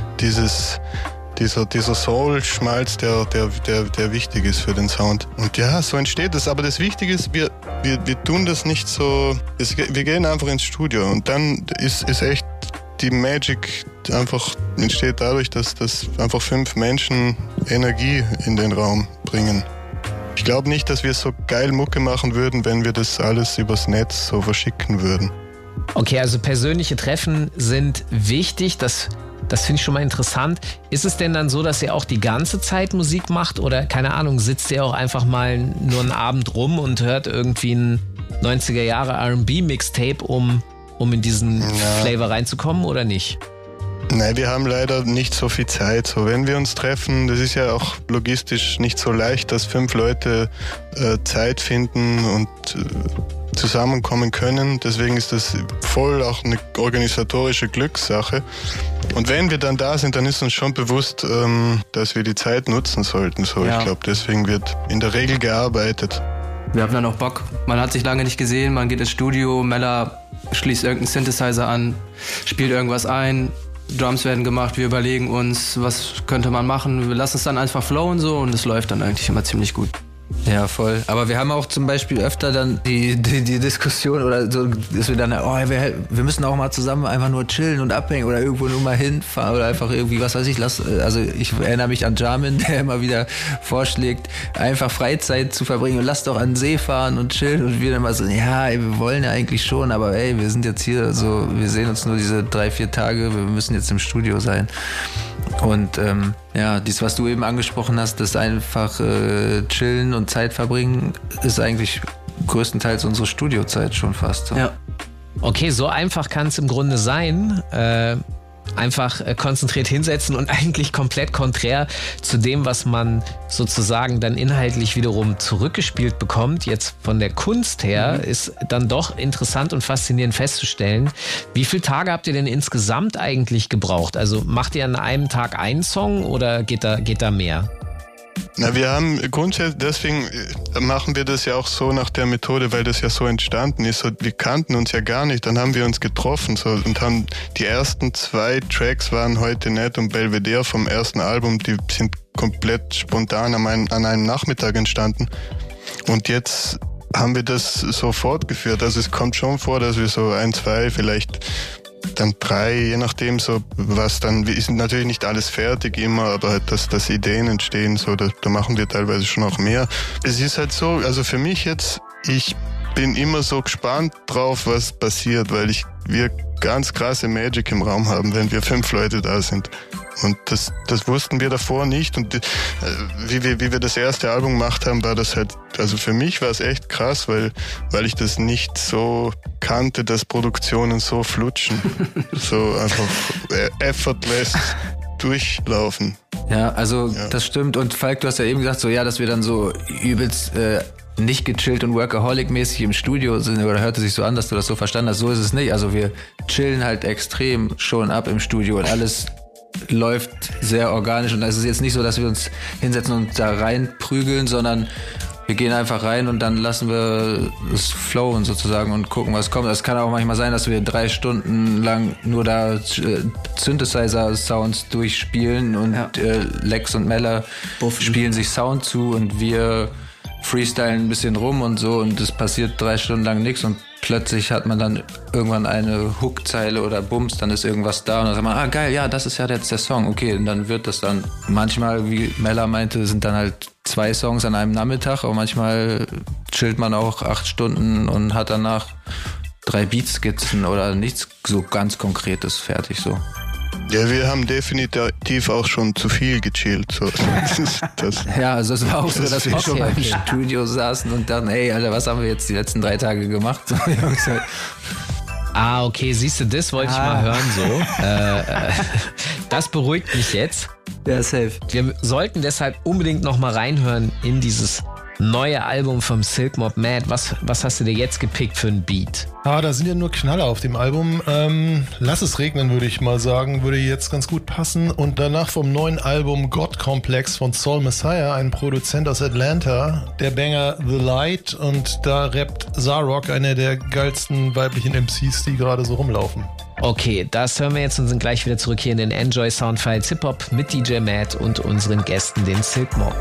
dieser Soul-Schmalz, der wichtig ist für den Sound. Und ja, so entsteht es. Aber das Wichtige ist, wir tun das nicht so, wir gehen einfach ins Studio und dann ist echt die Magic einfach entsteht dadurch, dass einfach 5 Menschen Energie in den Raum bringen. Ich glaube nicht, dass wir so geil Mucke machen würden, wenn wir das alles übers Netz so verschicken würden. Okay, also persönliche Treffen sind wichtig, das finde ich schon mal interessant. Ist es denn dann so, dass ihr auch die ganze Zeit Musik macht oder, keine Ahnung, sitzt ihr auch einfach mal nur einen Abend rum und hört irgendwie ein 90er Jahre R&B-Mixtape, um in diesen Flavor reinzukommen oder nicht? Nein, wir haben leider nicht so viel Zeit. So, wenn wir uns treffen, das ist ja auch logistisch nicht so leicht, dass 5 Leute Zeit finden und zusammenkommen können. Deswegen ist das voll auch eine organisatorische Glückssache. Und wenn wir dann da sind, dann ist uns schon bewusst, dass wir die Zeit nutzen sollten. So, ja. Ich glaube, deswegen wird in der Regel gearbeitet. Wir haben dann auch Bock. Man hat sich lange nicht gesehen, man geht ins Studio, Mella schließt irgendeinen Synthesizer an, spielt irgendwas ein, Drums werden gemacht, wir überlegen uns, was könnte man machen. Wir lassen es dann einfach flowen so und es läuft dann eigentlich immer ziemlich gut. Ja, voll. Aber wir haben auch zum Beispiel öfter dann die Diskussion oder so, dass wir dann, wir müssen auch mal zusammen einfach nur chillen und abhängen oder irgendwo nur mal hinfahren oder einfach irgendwie, was weiß ich, also ich erinnere mich an Jamin, der immer wieder vorschlägt, einfach Freizeit zu verbringen und lass doch an den See fahren und chillen und wir dann mal so, ja, wir wollen ja eigentlich schon, aber ey, wir sind jetzt hier so, wir sehen uns nur diese 3-4 Tage, wir müssen jetzt im Studio sein. Und dies, was du eben angesprochen hast, das einfach chillen und Zeit verbringen, ist eigentlich größtenteils unsere Studiozeit schon fast. So. Ja. Okay, so einfach kann es im Grunde sein. Einfach konzentriert hinsetzen und eigentlich komplett konträr zu dem, was man sozusagen dann inhaltlich wiederum zurückgespielt bekommt, jetzt von der Kunst her, ist dann doch interessant und faszinierend festzustellen. Wie viele Tage habt ihr denn insgesamt eigentlich gebraucht? Also macht ihr an einem Tag einen Song oder geht da mehr? Na, wir haben grundsätzlich, deswegen machen wir das ja auch so nach der Methode, weil das ja so entstanden ist. So, wir kannten uns ja gar nicht, dann haben wir uns getroffen so, und haben die ersten 2 Tracks waren Heute Nett und Belvedere vom ersten Album, die sind komplett spontan an einem Nachmittag entstanden. Und jetzt haben wir das so fortgeführt. Also es kommt schon vor, dass wir so 1, 2, vielleicht dann 3, je nachdem so, was dann, wir sind natürlich nicht alles fertig immer, aber halt, dass Ideen entstehen, so, da machen wir teilweise schon auch mehr. Es ist halt so, also für mich jetzt, ich bin immer so gespannt drauf, was passiert, weil wir ganz krasse Magic im Raum haben, wenn wir 5 Leute da sind. Und das wussten wir davor nicht. Und wie wir das erste Album gemacht haben, war das halt, also für mich war es echt krass, weil ich das nicht so kannte, dass Produktionen so flutschen. So einfach effortless durchlaufen. Ja, also das stimmt. Und Falk, du hast ja eben gesagt, so ja, dass wir dann so übelst nicht gechillt und Workaholic-mäßig im Studio sind, oder hörte sich so an, dass du das so verstanden hast. So ist es nicht. Also wir chillen halt extrem schon ab im Studio und alles läuft sehr organisch. Und es ist jetzt nicht so, dass wir uns hinsetzen und da reinprügeln, sondern wir gehen einfach rein und dann lassen wir es flowen sozusagen und gucken, was kommt. Es kann auch manchmal sein, dass wir 3 Stunden lang nur da Synthesizer-Sounds durchspielen und Lex und Mella spielen sich Sound zu und wir freestylen ein bisschen rum und so und es passiert 3 Stunden lang nichts und plötzlich hat man dann irgendwann eine Hookzeile oder Bums, dann ist irgendwas da und dann sagt man, geil, ja, das ist ja jetzt der Song, okay, und dann wird das dann, manchmal, wie Mella meinte, sind dann halt 2 Songs an einem Nachmittag, aber manchmal chillt man auch 8 Stunden und hat danach 3 Beatskizzen oder nichts so ganz Konkretes fertig so. Ja, wir haben definitiv auch schon zu viel gechillt. So. Ja, also es war auch so, dass wir schon mal im Studio saßen und dachten, hey, Alter, was haben wir jetzt die letzten 3 Tage gemacht? So, okay, siehst du, das wollte ich mal hören so. Das beruhigt mich jetzt. Ja, safe. Wir sollten deshalb unbedingt noch mal reinhören in dieses neue Album vom Silk Mob Matt. Was hast du dir jetzt gepickt für ein Beat? Da sind ja nur Knaller auf dem Album. Lass es regnen, würde ich mal sagen. Würde jetzt ganz gut passen. Und danach vom neuen Album God Complex von Soul Messiah, ein Produzent aus Atlanta. Der Banger The Light. Und da rappt Zarok, einer der geilsten weiblichen MCs, die gerade so rumlaufen. Okay, das hören wir jetzt und sind gleich wieder zurück hier in den Enjoy Soundfiles Hip-Hop mit DJ Matt und unseren Gästen, den Silk Mob.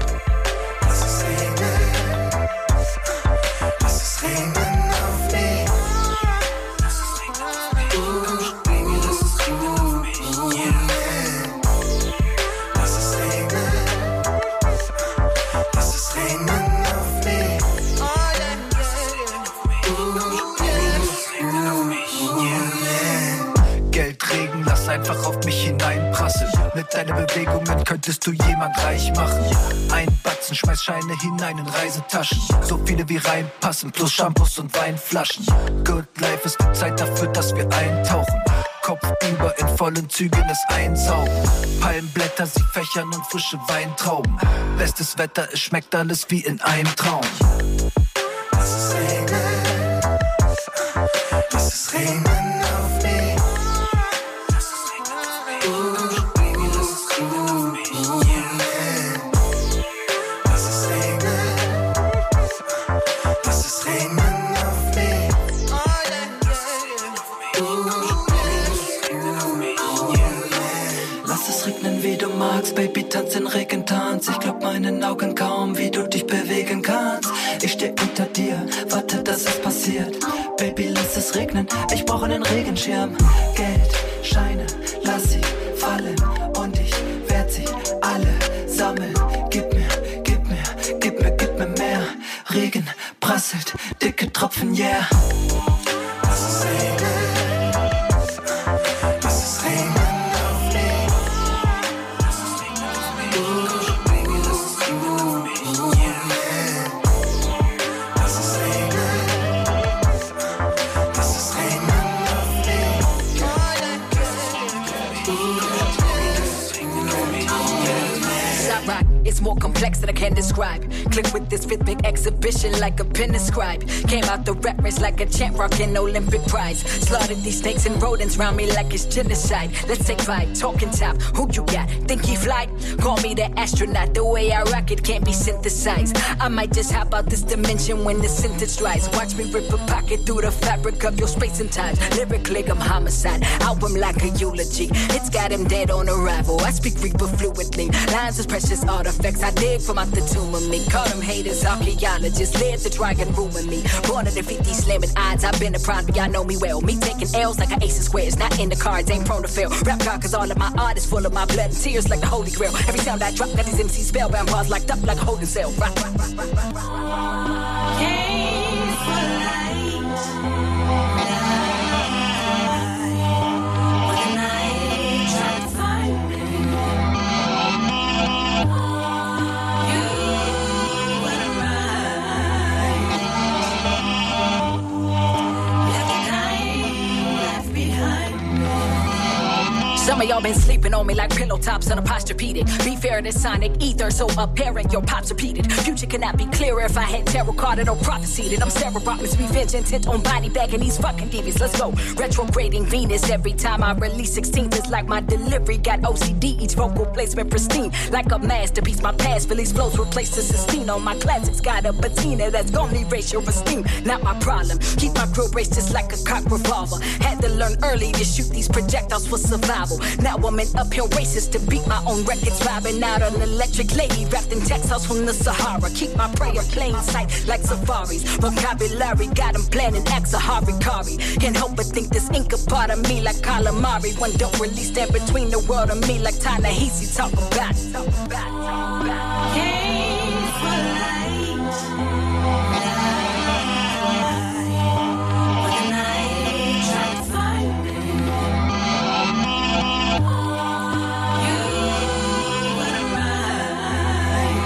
Einfach auf mich hineinprasseln. Mit deinen Bewegungen könntest du jemand reich machen. Ein Batzen, schmeiß Scheine hinein in Reisetaschen. So viele wie reinpassen, plus Shampoos und Weinflaschen. Good Life, es gibt Zeit dafür, dass wir eintauchen. Kopf über in vollen Zügen es einsaugen. Palmblätter, sie fächern und frische Weintrauben. Bestes Wetter, es schmeckt alles wie in einem Traum. Lass es regnen. Lass es regnen auf mich. Baby, tanz in Regen, tanz. Ich glaub meinen Augen kaum, wie du dich bewegen kannst. Ich steh unter dir, warte, dass es passiert. Baby, lass es regnen, ich brauche einen Regenschirm. Geld, Scheine, lass sie fallen. Und ich werd sie alle sammeln. Gib mir mehr. Regen prasselt, dicke Tropfen, yeah. Lass es regnen. Lass es regnen. It's more complex than I can describe. Click with this rhythmic exhibition like a pen scribe. Came out the rap race like a champ rocking Olympic prize. Slaughtered these snakes and rodents round me like it's genocide. Let's take 5, talking top. Who you got? Think he fly? Call me the astronaut. The way I rock it can't be synthesized. I might just hop out this dimension when the sentence dries. Watch me rip a pocket through the fabric of your space and time. Lyrically, I'm homicide. Album like a eulogy. It's got him dead on arrival. I speak Reaper fluidly. Lines is precious artifacts. I dig from out the tomb of me. Call them haters, archaeologists. Led the dragon ruin me. Born to defeat these slamming odds. I've been a prime, y'all know me well. Me taking L's like an ace of squares. Not in the cards, ain't prone to fail. Rap God, cause all of my art is full of my blood and tears like the Holy Grail. Every sound I drop got these MCs spellbound bars locked up like a holding cell. Rock, rock, rock, rock, rock, rock. Came for light. What a night. Try to find me. Some of y'all been sleeping on me like pillow tops on a posturepedic. Be fair to sonic ether, so apparent your pops repeated. Future cannot be clearer if I had tarot carded or prophesied it. I'm Sarah Rockman's revenge intent on body bagging these fucking divas. Let's go. Retrograding Venus every time I release 16th. It's like my delivery got OCD, each vocal placement pristine. Like a masterpiece, my past release flows replace the sustain on my classics. Got a patina that's gonna erase your esteem. Not my problem. Keep my grill braced just like a cock revolver. Had to learn early to shoot these projectiles for survival. Now I'm in uphill races to beat my own records. Vibing out an electric lady wrapped in textiles from the Sahara. Keep my prey in plain sight like safaris. Vocabulary got them planning acts of Harikari. Can't help but think this ink a part of me like calamari. One don't release that between the world and me like Ta-Nehisi. Talk about it. Came for light. But the night tried to find me. You were right.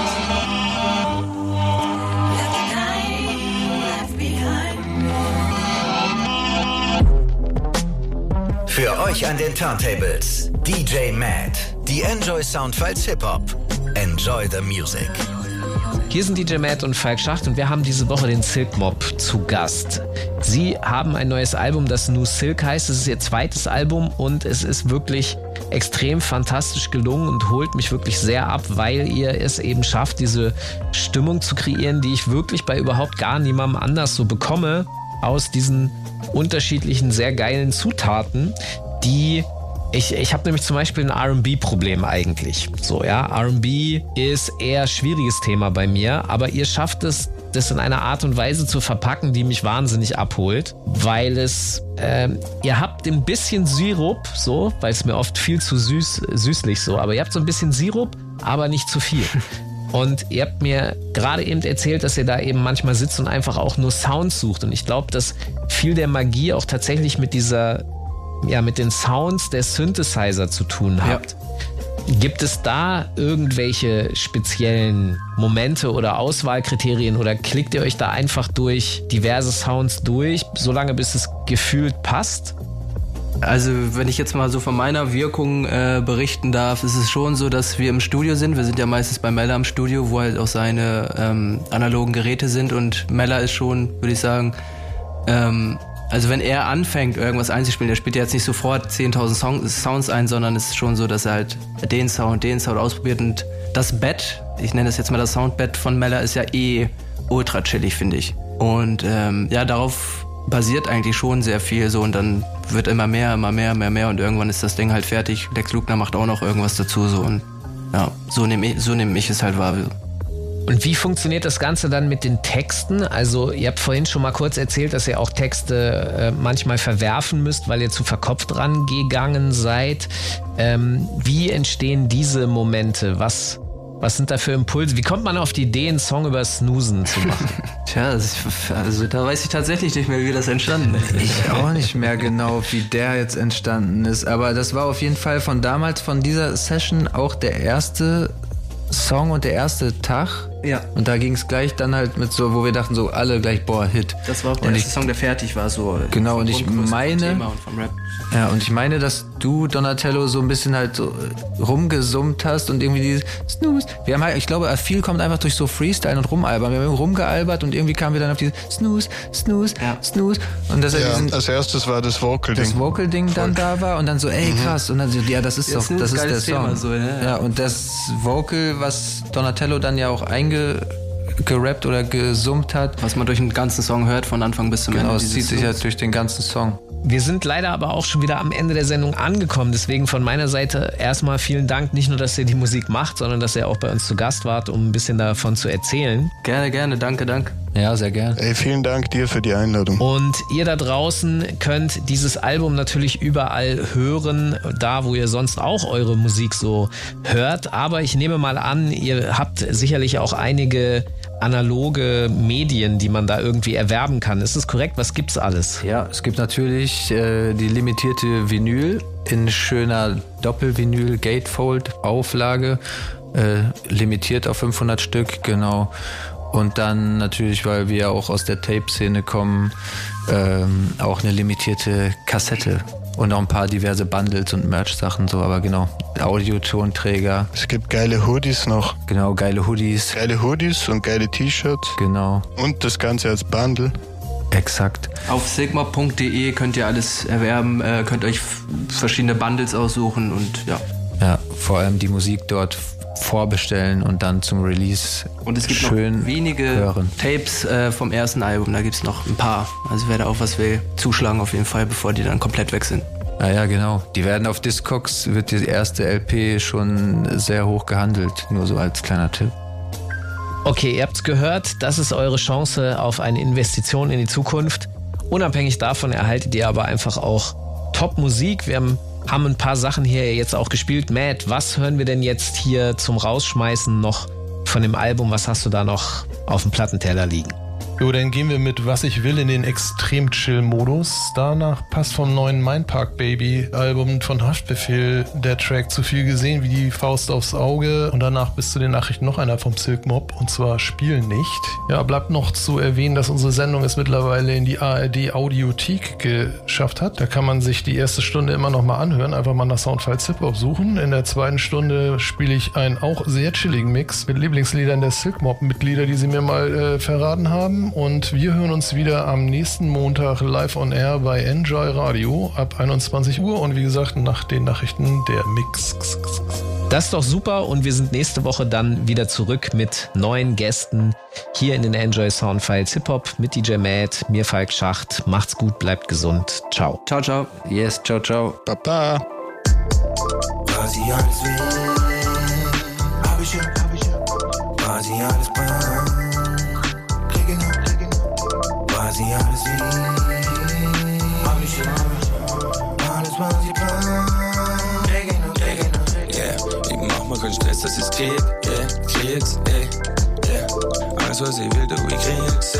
Left the night left behind me. Für euch an den Turntables DJ Matt. Die Enjoy Soundfiles Hip-Hop. Enjoy the music. Hier sind DJ Matt und Falk Schacht und wir haben diese Woche den Silk Mob zu Gast. Sie haben ein neues Album, das New Silk heißt. Es ist ihr zweites Album und es ist wirklich extrem fantastisch gelungen und holt mich wirklich sehr ab, weil ihr es eben schafft, diese Stimmung zu kreieren, die ich wirklich bei überhaupt gar niemandem anders so bekomme, aus diesen unterschiedlichen, sehr geilen Zutaten, die ich habe nämlich zum Beispiel ein R&B-Problem eigentlich. So, ja, R&B ist eher schwieriges Thema bei mir, aber ihr schafft es, das in einer Art und Weise zu verpacken, die mich wahnsinnig abholt, weil es, ihr habt ein bisschen Sirup, so, weil es mir oft viel zu süßlich so, aber ihr habt so ein bisschen Sirup, aber nicht zu viel. Und ihr habt mir gerade eben erzählt, dass ihr da eben manchmal sitzt und einfach auch nur Sounds sucht. Und ich glaube, dass viel der Magie auch tatsächlich mit mit den Sounds der Synthesizer zu tun hat. Ja. Gibt es da irgendwelche speziellen Momente oder Auswahlkriterien oder klickt ihr euch da einfach durch diverse Sounds durch, solange bis es gefühlt passt? Also wenn ich jetzt mal so von meiner Wirkung berichten darf, ist es schon so, dass wir im Studio sind. Wir sind ja meistens bei Mella im Studio, wo halt auch seine analogen Geräte sind und Mella ist schon, würde ich sagen, also wenn er anfängt, irgendwas einzuspielen, der spielt ja jetzt nicht sofort 10.000 Sounds ein, sondern es ist schon so, dass er halt den Sound ausprobiert. Und das Bett, ich nenne das jetzt mal das Soundbett von Mella, ist ja ultra chillig, finde ich. Und darauf basiert eigentlich schon sehr viel so und dann wird immer mehr und irgendwann ist das Ding halt fertig. Lex Lugner macht auch noch irgendwas dazu so und ja, so nehm ich es halt wahr. Und wie funktioniert das Ganze dann mit den Texten? Also ihr habt vorhin schon mal kurz erzählt, dass ihr auch Texte manchmal verwerfen müsst, weil ihr zu verkopft rangegangen seid. Wie entstehen diese Momente? Was sind da für Impulse? Wie kommt man auf die Idee, einen Song über Snoozen zu machen? Tja, also da weiß ich tatsächlich nicht mehr, wie das entstanden ist. Ich auch nicht mehr genau, wie der jetzt entstanden ist. Aber das war auf jeden Fall von damals, von dieser Session auch der erste Song und der erste Tag. Ja. Und da ging es gleich dann halt mit so, wo wir dachten so alle gleich, boah, Hit. Das war auch der erste Song, der fertig war, so. Genau, und ich meine, und ich meine, dass du, Donatello, so ein bisschen halt so rumgesummt hast und irgendwie dieses Snooze. Wir haben halt, ich glaube, viel kommt einfach durch so Freestyle und Rumalbern. Wir haben rumgealbert und irgendwie kamen wir dann auf dieses Snooze, Snooze, Snooze. Und dass als erstes war das Vocal-Ding. Das Vocal-Ding dann da war und dann so, ey, krass. Und dann so, ja, das ist doch, das ist der Song. So, ja, und das Vocal, was Donatello dann ja auch gerappt oder gesummt hat. Was man durch den ganzen Song hört, von Anfang bis zum Ende. Genau, es zieht sich ja durch den ganzen Song. Wir sind leider aber auch schon wieder am Ende der Sendung angekommen. Deswegen von meiner Seite erstmal vielen Dank. Nicht nur, dass ihr die Musik macht, sondern dass ihr auch bei uns zu Gast wart, um ein bisschen davon zu erzählen. Gerne. Danke. Ja, sehr gerne. Ey, vielen Dank dir für die Einladung. Und ihr da draußen könnt dieses Album natürlich überall hören, da wo ihr sonst auch eure Musik so hört. Aber ich nehme mal an, ihr habt sicherlich auch einige analoge Medien, die man da irgendwie erwerben kann. Ist das korrekt? Was gibt's alles? Ja, es gibt natürlich die limitierte Vinyl in schöner Doppelvinyl-Gatefold-Auflage, limitiert auf 500 Stück, genau. Und dann natürlich, weil wir auch aus der Tape-Szene kommen, auch eine limitierte Kassette. Und auch ein paar diverse Bundles und Merch-Sachen, so, aber genau, Audiotonträger. Es gibt geile Hoodies noch. Genau, geile Hoodies. Geile Hoodies und geile T-Shirts. Genau. Und das Ganze als Bundle. Exakt. Auf sigma.de könnt ihr alles erwerben, könnt euch verschiedene Bundles aussuchen und ja. Ja, vor allem die Musik dort vorbestellen und dann zum Release und es gibt schön noch wenige Tapes vom ersten Album, da gibt es noch ein paar. Also wer da auch was will, zuschlagen auf jeden Fall, bevor die dann komplett weg sind. Ja, genau. Die werden auf Discogs, wird die erste LP schon sehr hoch gehandelt. Nur so als kleiner Tipp. Okay, ihr habt's gehört, das ist eure Chance auf eine Investition in die Zukunft. Unabhängig davon erhaltet ihr aber einfach auch Top-Musik. Wir haben ein paar Sachen hier jetzt auch gespielt. Matt, was hören wir denn jetzt hier zum Rausschmeißen noch von dem Album? Was hast du da noch auf dem Plattenteller liegen? Jo, dann gehen wir mit Was ich will in den Extrem-Chill-Modus. Danach passt vom neuen Mindpark Baby Album von Haftbefehl der Track Zu viel gesehen wie die Faust aufs Auge. Und danach bis zu den Nachrichten noch einer vom Silk Mob, und zwar Spielen nicht. Ja, bleibt noch zu erwähnen, dass unsere Sendung es mittlerweile in die ARD Audiothek geschafft hat. Da kann man sich die erste Stunde immer noch mal anhören. Einfach mal nach Soundfiles Hip-Hop suchen. In der zweiten Stunde spiele ich einen auch sehr chilligen Mix mit Lieblingsliedern der Silk Mob-Mitglieder, die sie mir mal verraten haben. Und wir hören uns wieder am nächsten Montag live on air bei Enjoy Radio ab 21 Uhr. Und wie gesagt, nach den Nachrichten der Mix. Das ist doch super, und wir sind nächste Woche dann wieder zurück mit neuen Gästen hier in den Enjoy Soundfiles Hip-Hop mit DJ Matt, mir Falk Schacht. Macht's gut, bleibt gesund. Ciao. Ciao, ciao. Yes, ciao, ciao. Papa. Quasi alles will, hab ich ja. Quasi alles braucht. Quasi alles will, hab ich ja. Alles, was ich brauch. Yeah, ich mach mal keinen Stress, das ist Krieg, krieg's, alles, was ich will, du, ich krieg's,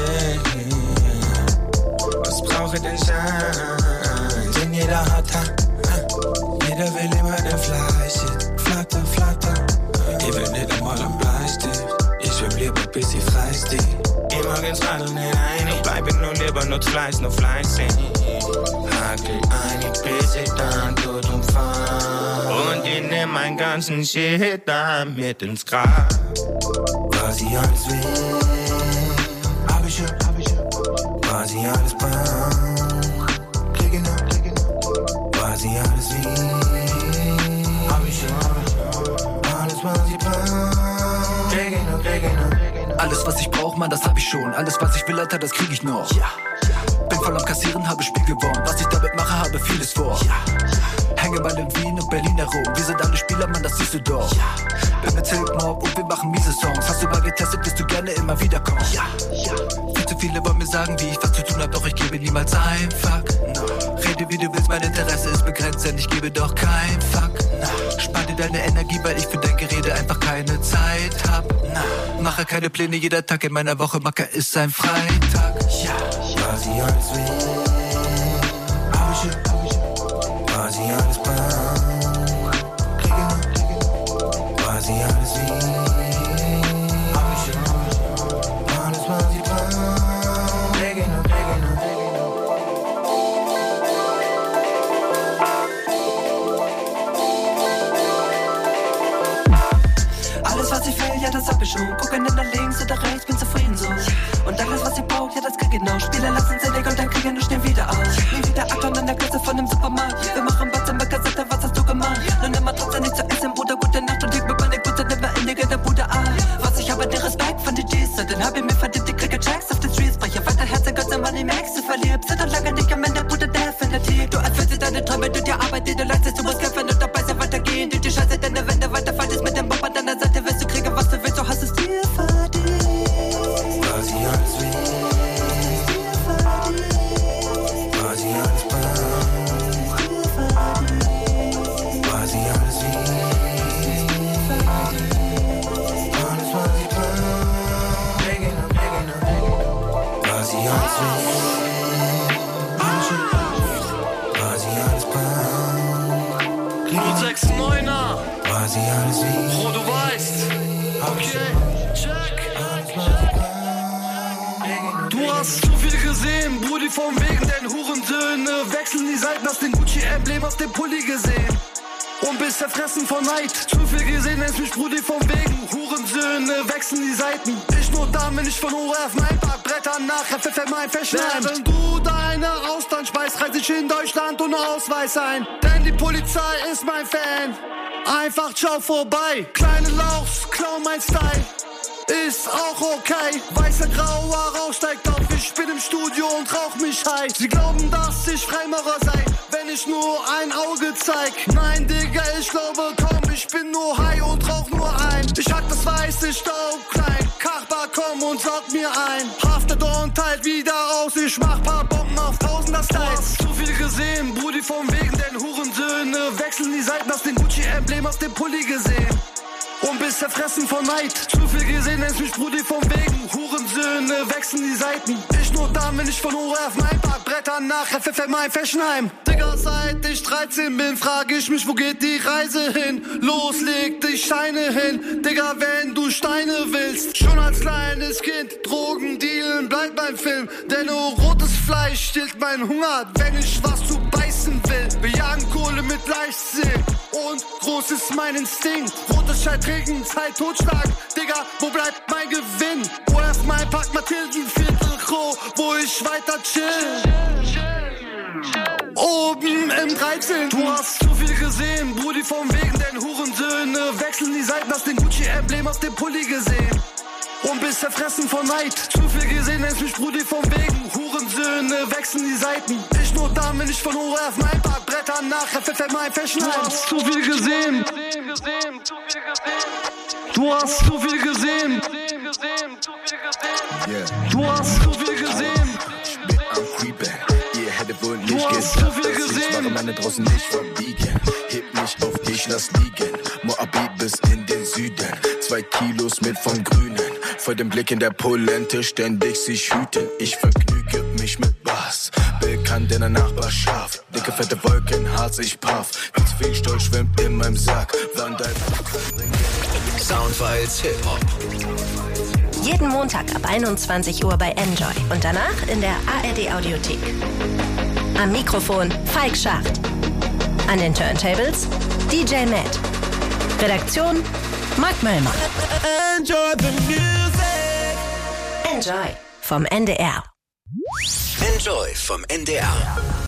Was brauche denn Schein? Denn jeder hat jeder will immer den Fleisch. Flatter. Ich will nicht einmal am Bleistift. Ich schwimm lieber, bis ich freisteh. Geh morgens radeln hinein, ich bleibe nun lieber nur Fleiß, Hakel ein, bis ich dann tot umfahr. Und ich nehm meinen ganzen Shit da mit ins Grab. Quasi alles will, hab ich ja. Quasi alles brauch. Kriege noch. Quasi alles will, hab ich ja. Alles, was ich brauch. Kriege noch. Alles, was ich brauch, Mann, das hab ich schon. Alles, was ich will, Alter, das krieg ich noch. Bin voll am Kassieren, habe Spiel gewonnen. Was ich damit mache, habe vieles vor. Hänge mal in Wien und Berlin herum. Wir sind alle Spieler, Mann, das siehst du doch. Bin mit Silk Mob und wir machen miese Songs. Hast du mal getestet, bist du gerne immer wieder kommen. Viel zu viele wollen mir sagen, wie ich was zu tun hab, doch ich gebe niemals ein Fuck. Rede wie du willst, mein Interesse ist begrenzt, denn ich gebe doch kein Fuck. Spar dir deine Energie, weil ich für dein Gerede einfach keine Zeit hab. Mache keine Pläne, jeder Tag in meiner Woche, Macker ist ein Freitag. Quasi alles will, hab ich ja. Quasi alles brauch. Kriege noch. Quasi alles will, hab ich ja. Alles, was ich brauch. Kriege noch. Alles, was ich will, ja, das hab ich schon. Gucken nach links oder rechts, bin zufrieden so. Und alles, was ich brauch, ja, das krieg ich noch. Spiele lassen sinnig und dann krieg ich nur schnell wieder aus. Nie wieder Akton an der Kasse von dem Supermarkt. Wir machen was in der Kassette, was hast du gemacht? Nun immer trotzdem nicht zu essen, Bruder, gute Nacht. Und ich mit meine Gute nimmer endige der Bruder an. Was ich aber der Respekt von den G's. Und dann hab ich mir verdient, die kriege Checks auf den Streets. Breche weiter Herzen, Gott sei Dank, die Max, du verliebst. Sind und lange nicht am Ende, Bruder, definitiv. Du erfüllst dir deine Träume, du dir Arbeit, die du leistest. Du musst kämpfen und dabei sehr weitergehen. Du die Scheiße, deine Wände weiterfallst mit dem Bob an deiner Seite. Wirst du kriegen, was du willst, du hast es dir verdient. Quasi alles will, quasi alles brauch. Quasi alles will, alles, was ich brauch. Kriege noch. Quasi alles will, quasi alles brauch. Kriege noch. 6-9er. Quasi alles will, Bro, du weißt. Okay, check. Du hast zu viel gesehen, Brudi vom Wegen, denn Hurensöhne wechseln die Seiten, hast den Gucci-Emblem auf dem Pulli gesehen und bist zerfressen von Neid. Zu viel gesehen, nennst mich Brudi vom Wegen, Hurensöhne wechseln die Seiten. Ich nur da, wenn ich von ORF mein Bretter nach FFM verschneiden. Wenn du deine Austern speist, reise ich in Deutschland ohne Ausweis ein, denn die Polizei ist mein Fan. Einfach schau vorbei, kleine Lauchs, klau mein Style. Ist auch okay, weißer grauer Rauch steigt auf, ich bin im Studio und rauch mich high. Sie glauben, dass ich Freimaurer sei, wenn ich nur ein Auge zeig. Nein, Digga, ich glaube kaum, ich bin nur high und rauch nur ein. Ich hack das weiße Staub klein, Kachbar komm und saug mir ein. Haftadon teilt wieder aus, ich mach paar Bomben auf Tausender Styles. Zu viel gesehen, Brudi vom Wegen, denn Hurensöhne wechseln die Seiten, hast den Gucci-Emblem auf dem Pulli gesehen. Und bist zerfressen von Neid. Zu viel gesehen, nennst mich Brudi vom Wegen. Hurensöhne wechseln die Seiten. Ich nur da, wenn ich von ORF mein Park brettern nach FFM ein Fashionheim. Digga, seit ich 13 bin, frag ich mich, wo geht die Reise hin? Los, leg dich Steine hin. Digga, wenn du Steine willst. Schon als kleines Kind, Drogen dealen, bleibt beim Film. Denn nur rotes Fleisch stillt meinen Hunger, wenn ich was zu beißen will. Wir jagen Kohle mit Leichtsinn. Und groß ist mein Instinkt. Rotes Schei trinken, Zeit totschlagen. Digga, wo bleibt mein Gewinn? ORF mein Park, Mathildenviertel, Kro, wo ich weiter chill. Oben im 13. Du hast zu viel gesehen, Brudi vom Wegen, denn Hurensöhne wechseln die Seiten, hast den Gucci-Emblem auf dem Pulli gesehen. Und bist zerfressen von Neid. Zu viel gesehen, nennst mich Brudi vom Wegen. Hurensöhne wechseln die Seiten. Ich nur da, wenn ich von ORF mein Park brettern nach FFM ein Fashionheim. Du hast zu viel gesehen. Du hast zu viel gesehen. Du hast zu viel gesehen. Ihr hättet wohl nicht gesagt, dass ich wahre Männer draußen nicht verbiegen. Heb mich auf, ich lass liegen. Moabit bis in den Süden. 2 Kilos mit vom Grünen. Vor dem Blick in der Polente ständig sich hüten. Ich vergnüge mich mit Bass. Bekannt in der Nachbarschaft. Dicke, fette Wolken, Harz, ich paff. Viel zu viel Stolz schwimmt in meinem Sack. Soundfiles Hip-Hop. Jeden Montag ab 21 Uhr bei Enjoy und danach in der ARD-Audiothek. Am Mikrofon Falk Schacht. An den Turntables DJ Matt. Redaktion Mark Möllmann. Enjoy the music. Enjoy vom NDR. Enjoy vom NDR.